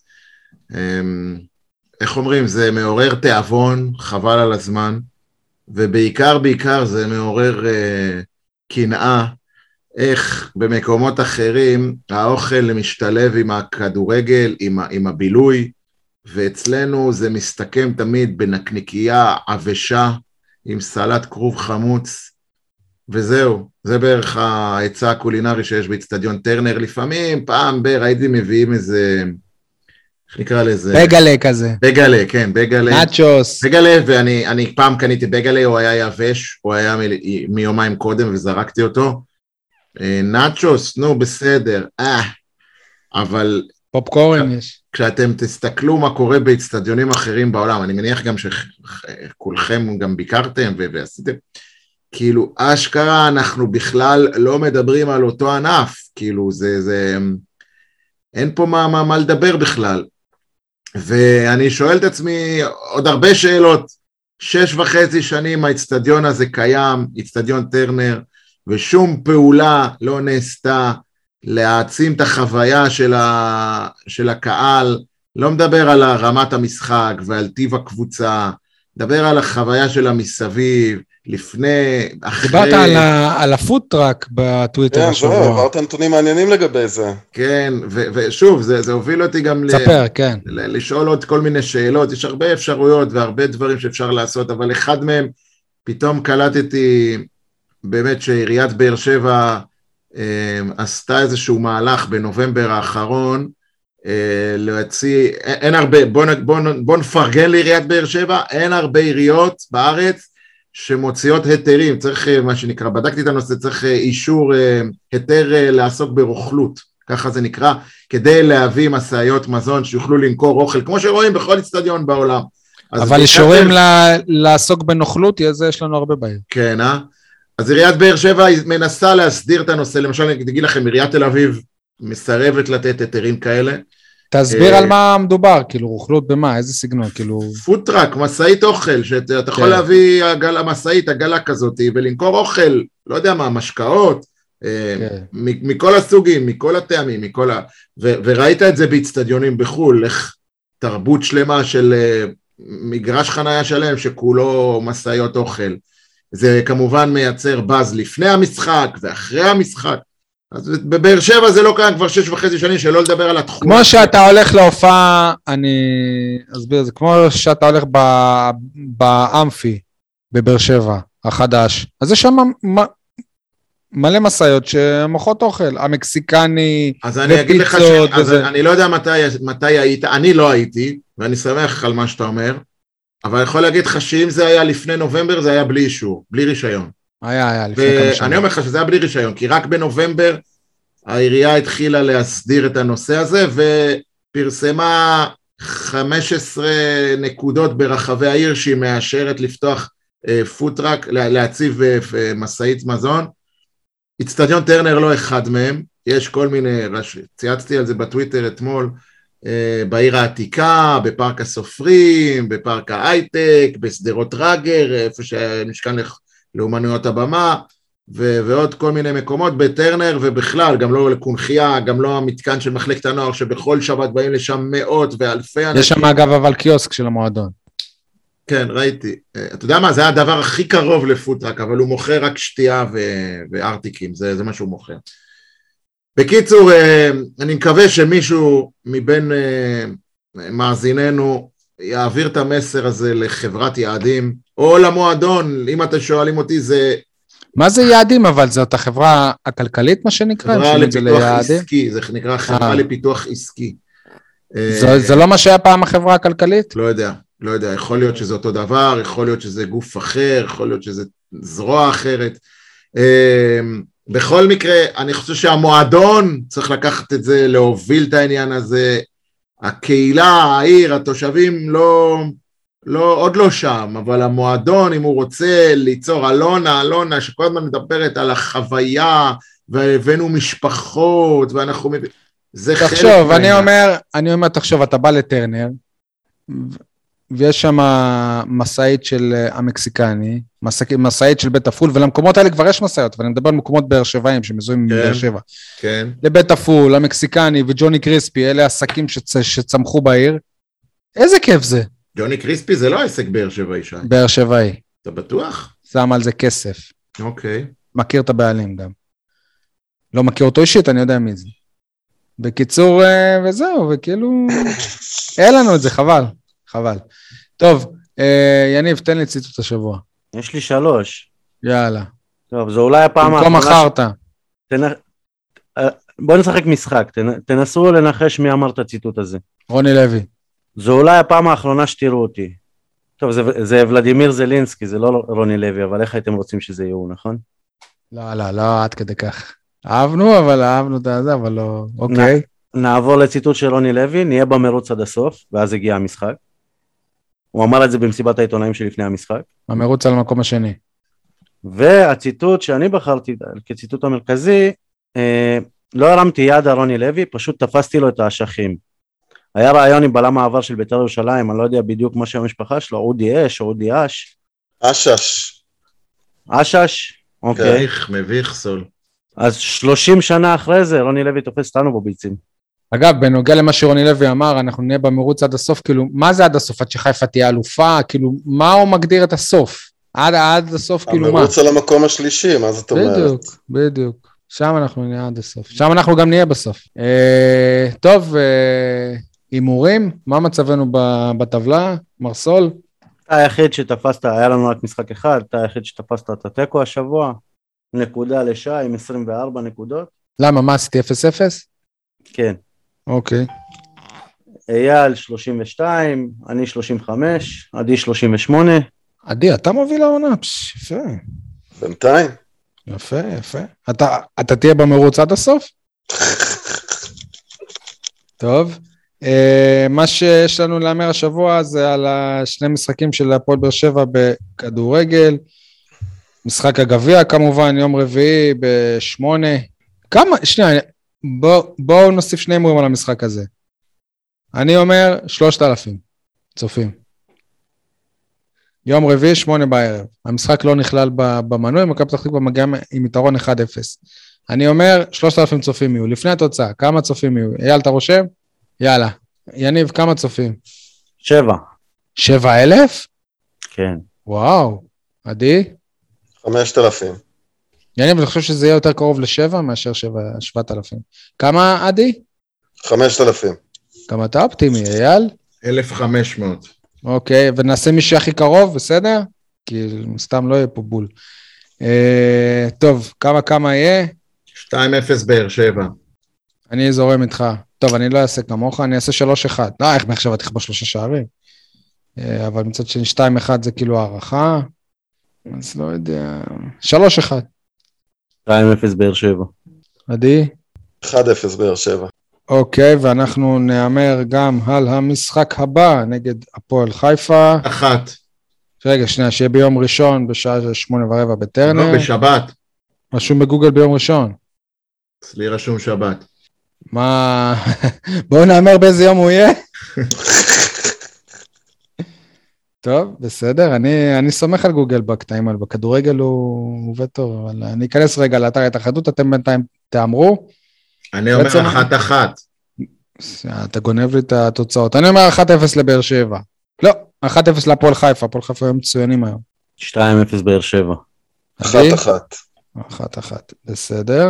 איך אומרים, זה מעורר תיאבון, חבל על הזמן, ובעיקר בעיקר זה מעורר קנאה, איך במקומות אחרים האוכל משתלב עם הכדורגל, עם, עם הבילוי, ואצלנו זה מסתכם תמיד בנקניקייה עבשה, עם סלט כרוב חמוץ, וזהו, זה בערך ההיצע הקולינרי שיש באצטדיון טרנר, לפעמים פעם בר הייתי מביאים איזה, איך נקרא לזה? בגלה כזה. בגלה, כן, בגלה. נאצ'וס. בגלה, ואני אני פעם קניתי בגלה, הוא היה יבש, הוא היה מ- מיומיים קודם וזרקתי אותו. נאצ'וס, נו בסדר, אה, אבל... פופקורן יש. כשאתם תסתכלו מה קורה באצטדיונים אחרים בעולם, אני מניח גם שכולכם גם ביקרתם ועשיתם, כאילו, אשכרה אנחנו בכלל לא מדברים על אותו ענף, כאילו, זה, זה, אין פה מה, מה, מה לדבר בכלל. ואני שואל את עצמי עוד הרבה שאלות, שש וחצי שנים האצטדיון הזה קיים, אצטדיון טרנר, ושום פעולה לא נעשתה להעצים את החוויה של, ה, של הקהל, לא מדבר על רמת המשחק ועל טיב הקבוצה, דבר על החוויה שלה מסביב, לפני, אחרי... דיברת על, ה, על הפוטראק בטוויטר כן, השבוע. זהו, עברת נתונים מעניינים לגבי זה. כן, ו- ושוב, זה, זה הוביל אותי גם ספר, ל- כן. ל- לשאול עוד כל מיני שאלות, יש הרבה אפשרויות והרבה דברים שאפשר לעשות, אבל אחד מהם, פתאום קלטתי באמת שעיריית באר שבע אה, עשתה איזשהו מהלך בנובמבר האחרון, אה, להוציא, אין, אין הרבה, בוא, בוא, בוא נפרגן לעיריית באר שבע, אין הרבה עיריות בארץ, שמוציאות היתרים, צריך מה שנקרא, בדקתי את הנושא, צריך אישור, היתר לעסוק ברוכלות, ככה זה נקרא, כדי להביא מסעיות מזון שיוכלו למכור אוכל, כמו שרואים בכל אצטדיון בעולם. אבל אישורים ל- לעסוק בנוכלות, זה יש לנו הרבה בעיה. כן, אה? אז עיריית באר שבע מנסה להסדיר את הנושא, למשל אני אגיד לכם, עיריית תל אביב מסרבת לתת היתרים כאלה, תסביר על מה מדובר, כאילו, רוכלות במה, איזה סגנון, כאילו... פוטראק, מסעית אוכל, שאתה יכול להביא המסעית, עגלה כזאת, ולמכור אוכל, לא יודע מה, משקאות, מכל הסוגים, מכל הטעמים, מכל ה... וראית את זה באצטדיונים בחו"ל, איך תרבות שלמה של מגרש חנייה שלם, שכולו מסעיות אוכל. זה כמובן מייצר באז לפני המשחק, ואחרי המשחק, אז בבאר שבע זה לא קיים כבר שש וחצי שנים, שלא לדבר על התחום. כמו שאתה הולך להופעה, אני אסביר את זה, כמו שאתה הולך באמפי, בבאר שבע, החדש, אז יש שם מלא מסעיות שמוכרות אוכל, המקסיקני, אז אני אגיד לך שאני לא יודע מתי היית, אני לא הייתי, ואני שמח על מה שאתה אומר, אבל אני יכול להגיד לך שאם זה היה לפני נובמבר, זה היה בלי אישור, בלי רישיון. היה, היה, לפני כמה שנים. ואני אומר לך שזה היה בלי רישיון, כי רק בנובמבר העירייה התחילה להסדיר את הנושא הזה, ופרסמה חמש עשרה נקודות ברחבי העיר, שהיא מאשרת לפתוח פוטראק, להציב מסעית מזון. אצטדיון טרנר לא אחד מהם, יש כל מיני, צייצתי על זה בטוויטר אתמול, בעיר העתיקה, בפארק הסופרים, בפארק ההייטק, בסדרות רגר, איפה שנשכן לאומנויות הבמה, ו- ועוד כל מיני מקומות בטרנר, ובכלל, גם לא לקונחייה, גם לא המתקן של מחלקת הנוער, שבכל שבת באים לשם מאות ואלפי אנשים. יש שם אגב אבל קיוסק של המועדון. כן, ראיתי. אתה יודע מה, זה הדבר הכי קרוב לפוטראק, אבל הוא מוכר רק שתייה ו- וארטיקים, זה, זה מה שהוא מוכר. בקיצור, אני מקווה שמישהו מבין מאזיננו יעביר את המסר הזה לחברת יעדים, או למועדון, אם אתם שואלים אותי זה... מה זה יעדים אבל? זאת החברה הכלכלית מה שנקרא? חברה לפיתוח עסקי, זה נקרא חברה לפיתוח עסקי. זה לא מה שהיה פעם החברה הכלכלית? לא יודע, לא יודע, יכול להיות שזה אותו דבר, יכול להיות שזה גוף אחר, יכול להיות שזה זרוע אחרת. בכל מקרה, אני חושב שהמועדון צריך לקחת את זה, להוביל את העניין הזה, הקהילה, העיר, התושבים לא, לא, עוד לא שם, אבל המועדון, אם הוא רוצה ליצור, אלונה, אלונה, שכל הזמן מדברת על החוויה, והבאנו משפחות, ואנחנו, זה חלק. תחשוב, אני אומר, אני אומר, תחשוב, אתה בא לטרנר, ויש שם מסעית של המקסיקני, מסעית של בית אפול, ולמקומות האלה כבר יש מסעיות, אבל אני מדבר על מקומות באר שבעים שמזוהים עם באר שבע. כן. לבית אפול, המקסיקני וג'וני קריספי, אלה עסקים שצ... שצמחו בעיר. איזה כיף זה. ג'וני קריספי זה לא עסק באר שבעי, שי. באר שבעי. אתה בטוח? שם על זה כסף. אוקיי. מכיר את הבעלים גם. לא מכיר אותו אישית, אני יודע מי זה. בקיצור, וזהו, וכאילו, אין לנו את זה, חבל. חבל. טוב, יניב, תן לי ציטוט השבוע. יש לי שלוש. יאללה. טוב, זו אולי הפעם האחרונה... במקום אחרת. בואו נשחק משחק, תנסו לנחש מי אמר את הציטוט הזה. רוני לוי. זו אולי הפעם האחרונה שתראו אותי. טוב, זה, זה ולדימיר זלינסקי, זה לא רוני לוי, אבל איך הייתם רוצים שזה יהיו, נכון? לא, לא, לא, עד כדי כך. אהבנו, אבל אהבנו את זה, אבל לא... אוקיי. נעבור לציטוט של רוני לוי, נהיה במרוץ עד הסוף, ואז הגיע המשחק. הוא אמר את זה במסיבת העיתונאים שלפני המשחק. המרוץ על המקום השני. והציטוט שאני בחרתי כציטוט המרכזי, אה, לא הרמתי יד על רוני לוי, פשוט תפסתי לו את האשכים. היה רעיון עם בלם העבר של בית"ר ירושלים, אני לא יודע בדיוק מה שם המשפחה שלו, אודי אש או אודי אש. אשש. אשש? אוקיי. מביך, מביך סול. אז שלושים שנה אחרי זה, רוני לוי תופס אותנו בביצים. אגב, בנוגע למה שרוני לוי אמר, אנחנו נהיה במרוץ עד הסוף, כאילו, מה זה עד הסוף? עד שחיפה תהיה אלופה? כאילו, מה הוא מגדיר את הסוף? עד, עד הסוף, כאילו, מה? המרוץ על המקום השלישי, מה זאת אומרת? בדיוק, בדיוק. שם אנחנו נהיה עד הסוף. שם אנחנו גם נהיה בסוף. אה, טוב, אה, הימורים, מה מצבנו בטבלה? מרסול? אתה היחיד שתפסת, היה לנו רק משחק אחד, אתה היחיד שתפסת את הטקו השבוע, נקודה לשי עם עשרים וארבע נקודות. למה, מה עשיתי אפס אפס? כן. אוקיי. אייל שלושים ושתיים, אני שלושים וחמש, עדי שלושים ושמונה. עדי, אתה מוביל העונה, פש, יפה. בינתיים. יפה, יפה. אתה, אתה תהיה במרוץ עד הסוף? טוב. Uh, מה שיש לנו לאמר השבוע זה על השני משחקים של הפועל באר שבע בכדורגל. משחק הגביע כמובן, יום רביעי בשמונה. כמה, שנייה, בואו בוא נוסיף שני הימורים על המשחק הזה. אני אומר שלושת אלפים צופים. יום רביעי, שמונה בערב. המשחק לא נכלל במנוי, מכבי פתח תקווה מגיע עם יתרון אחד אפס. אני אומר שלושת אלפים צופים יהיו. לפני התוצאה, כמה צופים יהיו? אייל, אתה רושם? יאללה. יניב, כמה צופים? שבע. שבע אלף? כן. וואו. עדי? חמשת אלפים. יניב, אני חושב שזה יהיה יותר קרוב לשבע מאשר שבע, שבעת אלפים. כמה, עדי? חמשת אלפים. כמה אתה אופטימי, אייל? אלף וחמש מאות. אוקיי, ונעשה מי שהכי קרוב, בסדר? כי סתם לא יהיה פה בול. אה, טוב, כמה כמה יהיה? שתיים אפס באר שבע. אני זורם איתך. טוב, אני לא אעשה כמוך, אני אעשה שלוש אחד. לא, איך מחשב תכבוש שלושה שערים. אה, אבל מצד שני שתיים אחד זה כאילו הערכה. אז לא יודע. שלוש אחד. שתיים אפס באר שבע. עדי? אחד אפס באר שבע. אוקיי, ואנחנו נאמר גם על המשחק הבא נגד הפועל חיפה. אחת. רגע, שנייה, שיהיה ביום ראשון בשעה שמונה ורבע בטרנר. לא, בשבת. רשום בגוגל ביום ראשון. אצלי רשום שבת. מה? בואו נאמר באיזה יום הוא יהיה. טוב, בסדר, אני, אני סומך על גוגל בקטעים, אבל בכדורגל הוא עובד טוב, אבל אני אכנס רגע לאתר ההתאחדות, אתם בינתיים תאמרו. אני אומר בעצם... אחת אחת. אתה גונב לי את התוצאות. אני אומר אחת אפס לבאר שבע. לא, אחת אפס לפועל חיפה, הפועל חיפה הם מצוינים היום. שתיים אפס באר שבע. אחת אחת. אחת אחת, בסדר.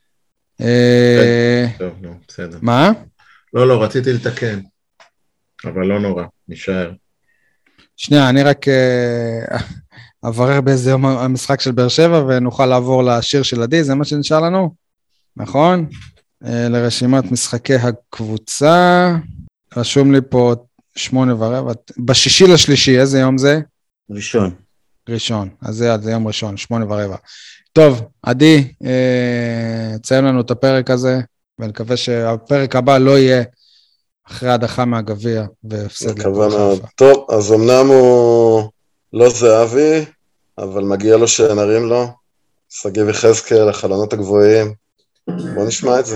טוב, לא, בסדר. מה? לא, לא, רציתי לתקן. אבל לא נורא, נשאר. שנייה, אני רק אברר באיזה יום המשחק של באר שבע, ונוכל לעבור לשיר של עדי, זה מה שנשאר לנו? נכון? לרשימת משחקי הקבוצה, רשום לי פה שמונה ורבע, בשישי לשלישי, איזה יום זה? ראשון. ראשון, אז זה, זה יום ראשון, שמונה ורבע. טוב, עדי, ציין לנו את הפרק הזה, ונקווה שהפרק הבא לא יהיה אחרי הדחה מהגביע, והפסד מקווה מאוד. טוב, אז אמנם הוא לא זהבי, אבל מגיע לו שנרים לו, שגיב יחזקאל, החלונות הגבוהים, בוא נשמע את זה.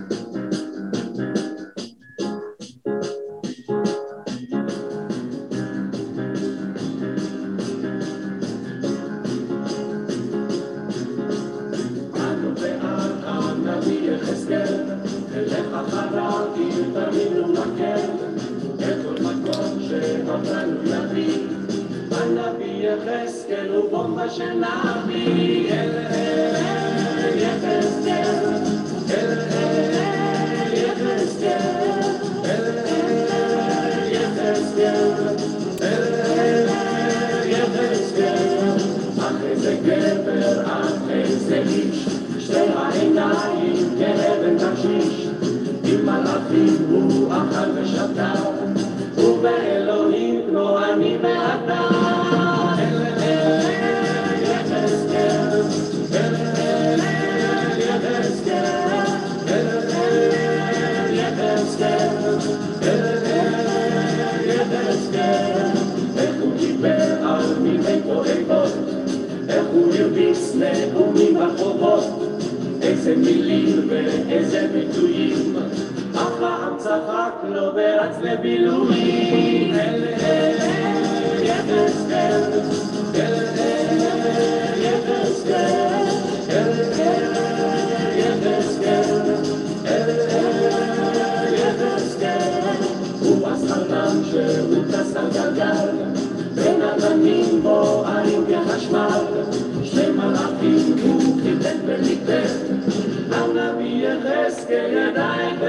איזה מילים ואיזה ביטויים, אף פעם צחק לא ברץ לבילויים. אל אל יחזקאל, אל אל יחזקאל, אל אל יחזקאל, אל אל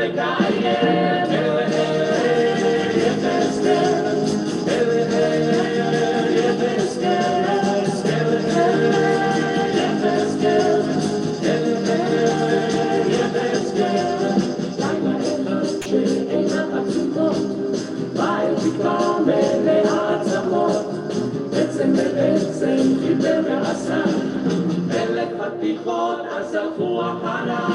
לקיים, אפס כסף, אפס בעצם בעצם חיבר ועשה מלך פתיחות אז הלכו אחריו